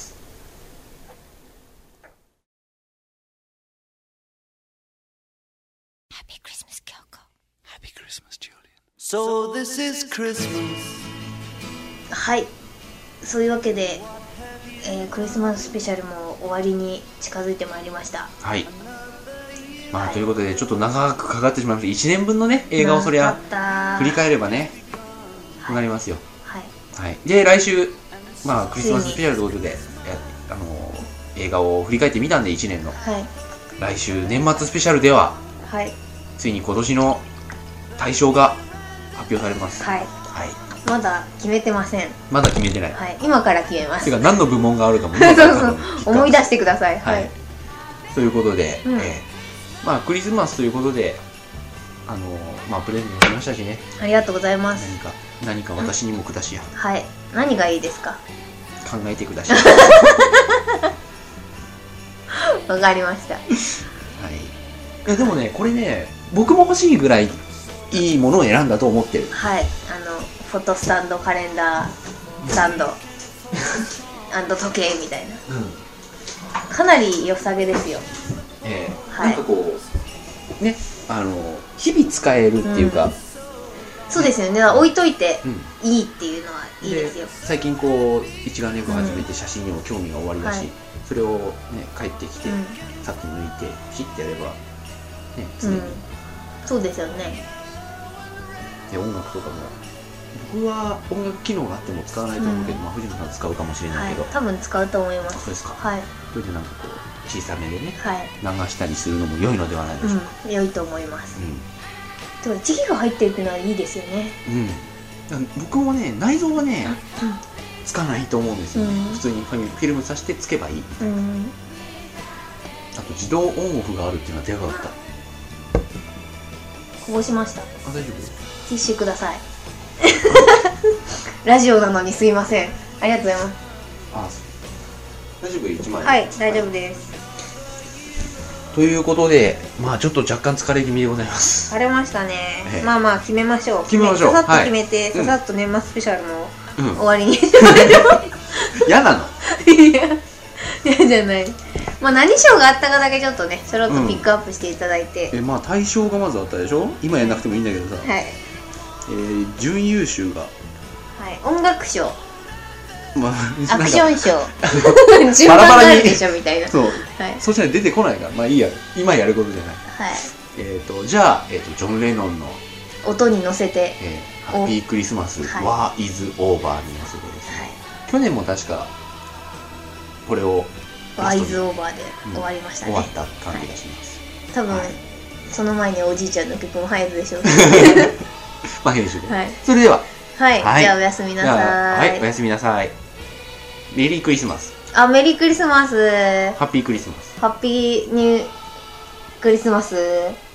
Happy Christmas, Kyoko. Happy Christmas, Julian. So this is Christmas. はい、そういうわけで、えー、クリスマススペシャルも終わりに近づいてまいりました。 はい。まあ、はい、ということでちょっと長くかかってしまいました。いちねんぶんのね映画をそりゃ振り返ればね、はい、なりますよ。はい。はい。で来週まあクリスマススペシャルということで、あのー、映画を振り返ってみたんでいちねんの。はい。来週年末スペシャルでは。はい、ついに今年の大賞が発表されます。はい、はい、 まだ決めてません。 まだ決めてない、 はい、今から決めます。 てか何の部門があるかもそうそう思い出してください。はい、はい、 ということで、うん、えー、まあクリスマスということであのー、まあプレゼントしましたしね。 ありがとうございます。 何か何か私にもくだしや、 うん、はい、何がいいですか？ 考えてください。 わかりました。はい。 いやでもねこれね僕も欲しいぐらいいいものを選んだと思ってる。 はい、あのフォトスタンド、カレンダースタンドアンド時計みたいな、うん、かなり良さげですよ。 ええーはい、なんかこうね、あの日々使えるっていうか、うん、 そうですよね、置いといていいっていうのはいいですよ。 で最近こう一眼レフ始めて写真にも興味が終わりだし、うん、それをね帰ってきて、うん、さっき抜いて切ってやればね、常に、うん、 そうですよね。 で音楽とかも僕は音楽機能があっても使わないと思うけど、うん、まあ藤野さん使うかもしれないけど、 はい、多分使うと思います。 そうですか。 はい。 それでなんかこう小さめでね、はい、流したりするのも良いのではないでしょうか。 うん、良いと思います。うん。でも時期が入ってるっていうのはいいですよね。 うん。僕もね内蔵はね、うん、つかないと思うんですよ、ね、うん、普通にフィルムさしてつけばいいみたいな。うん、あと自動オンオフがあるっていうのはでかかった。 こぼしました。あ、 大丈夫？ ティッシュください。ラジオなのにすいません。ありがとうございます。 あ、大丈夫？いちまい。 はい、大丈夫です。 ということで、まあちょっと若干疲れ気味でございます。 疲れましたね。ええ、まあまあ決めましょう。 決めましょう。 ささっと決めて、はい、ささっと年末スペシャルも終わりにしましょう。嫌なの？ いや、嫌じゃない。まあ何賞があったかだけちょっとね、ちょろっとピックアップしていただいて、 うん、えまあ大賞がまずあったでしょ。今やんなくてもいいんだけどさ、はい、えー、準優秀が、はい、 音楽賞、 まあ、 アクション賞順番があるでしょみたいな。 そう、はい、そしたら出てこないから、まあいいや、今やることじゃない。はい、えっ、ー、とじゃあ、えー、とジョン・レノンの音に乗せて、 えー、ハッピークリスマス、はい、War is Over に乗せてですね、はい、去年も確かこれをワイズオーバーで終わりましたね、 うん、終わった感じがします、 はい、多分、はい、その前におじいちゃんの曲も入るでしょうまあ編集で、はい、それでははい、はい、じゃあおやすみなさい。 はい、おやすみなさい。メリークリスマス。 あ、メリークリスマス。 ハッピークリスマス。 ハッピーニュークリスマス。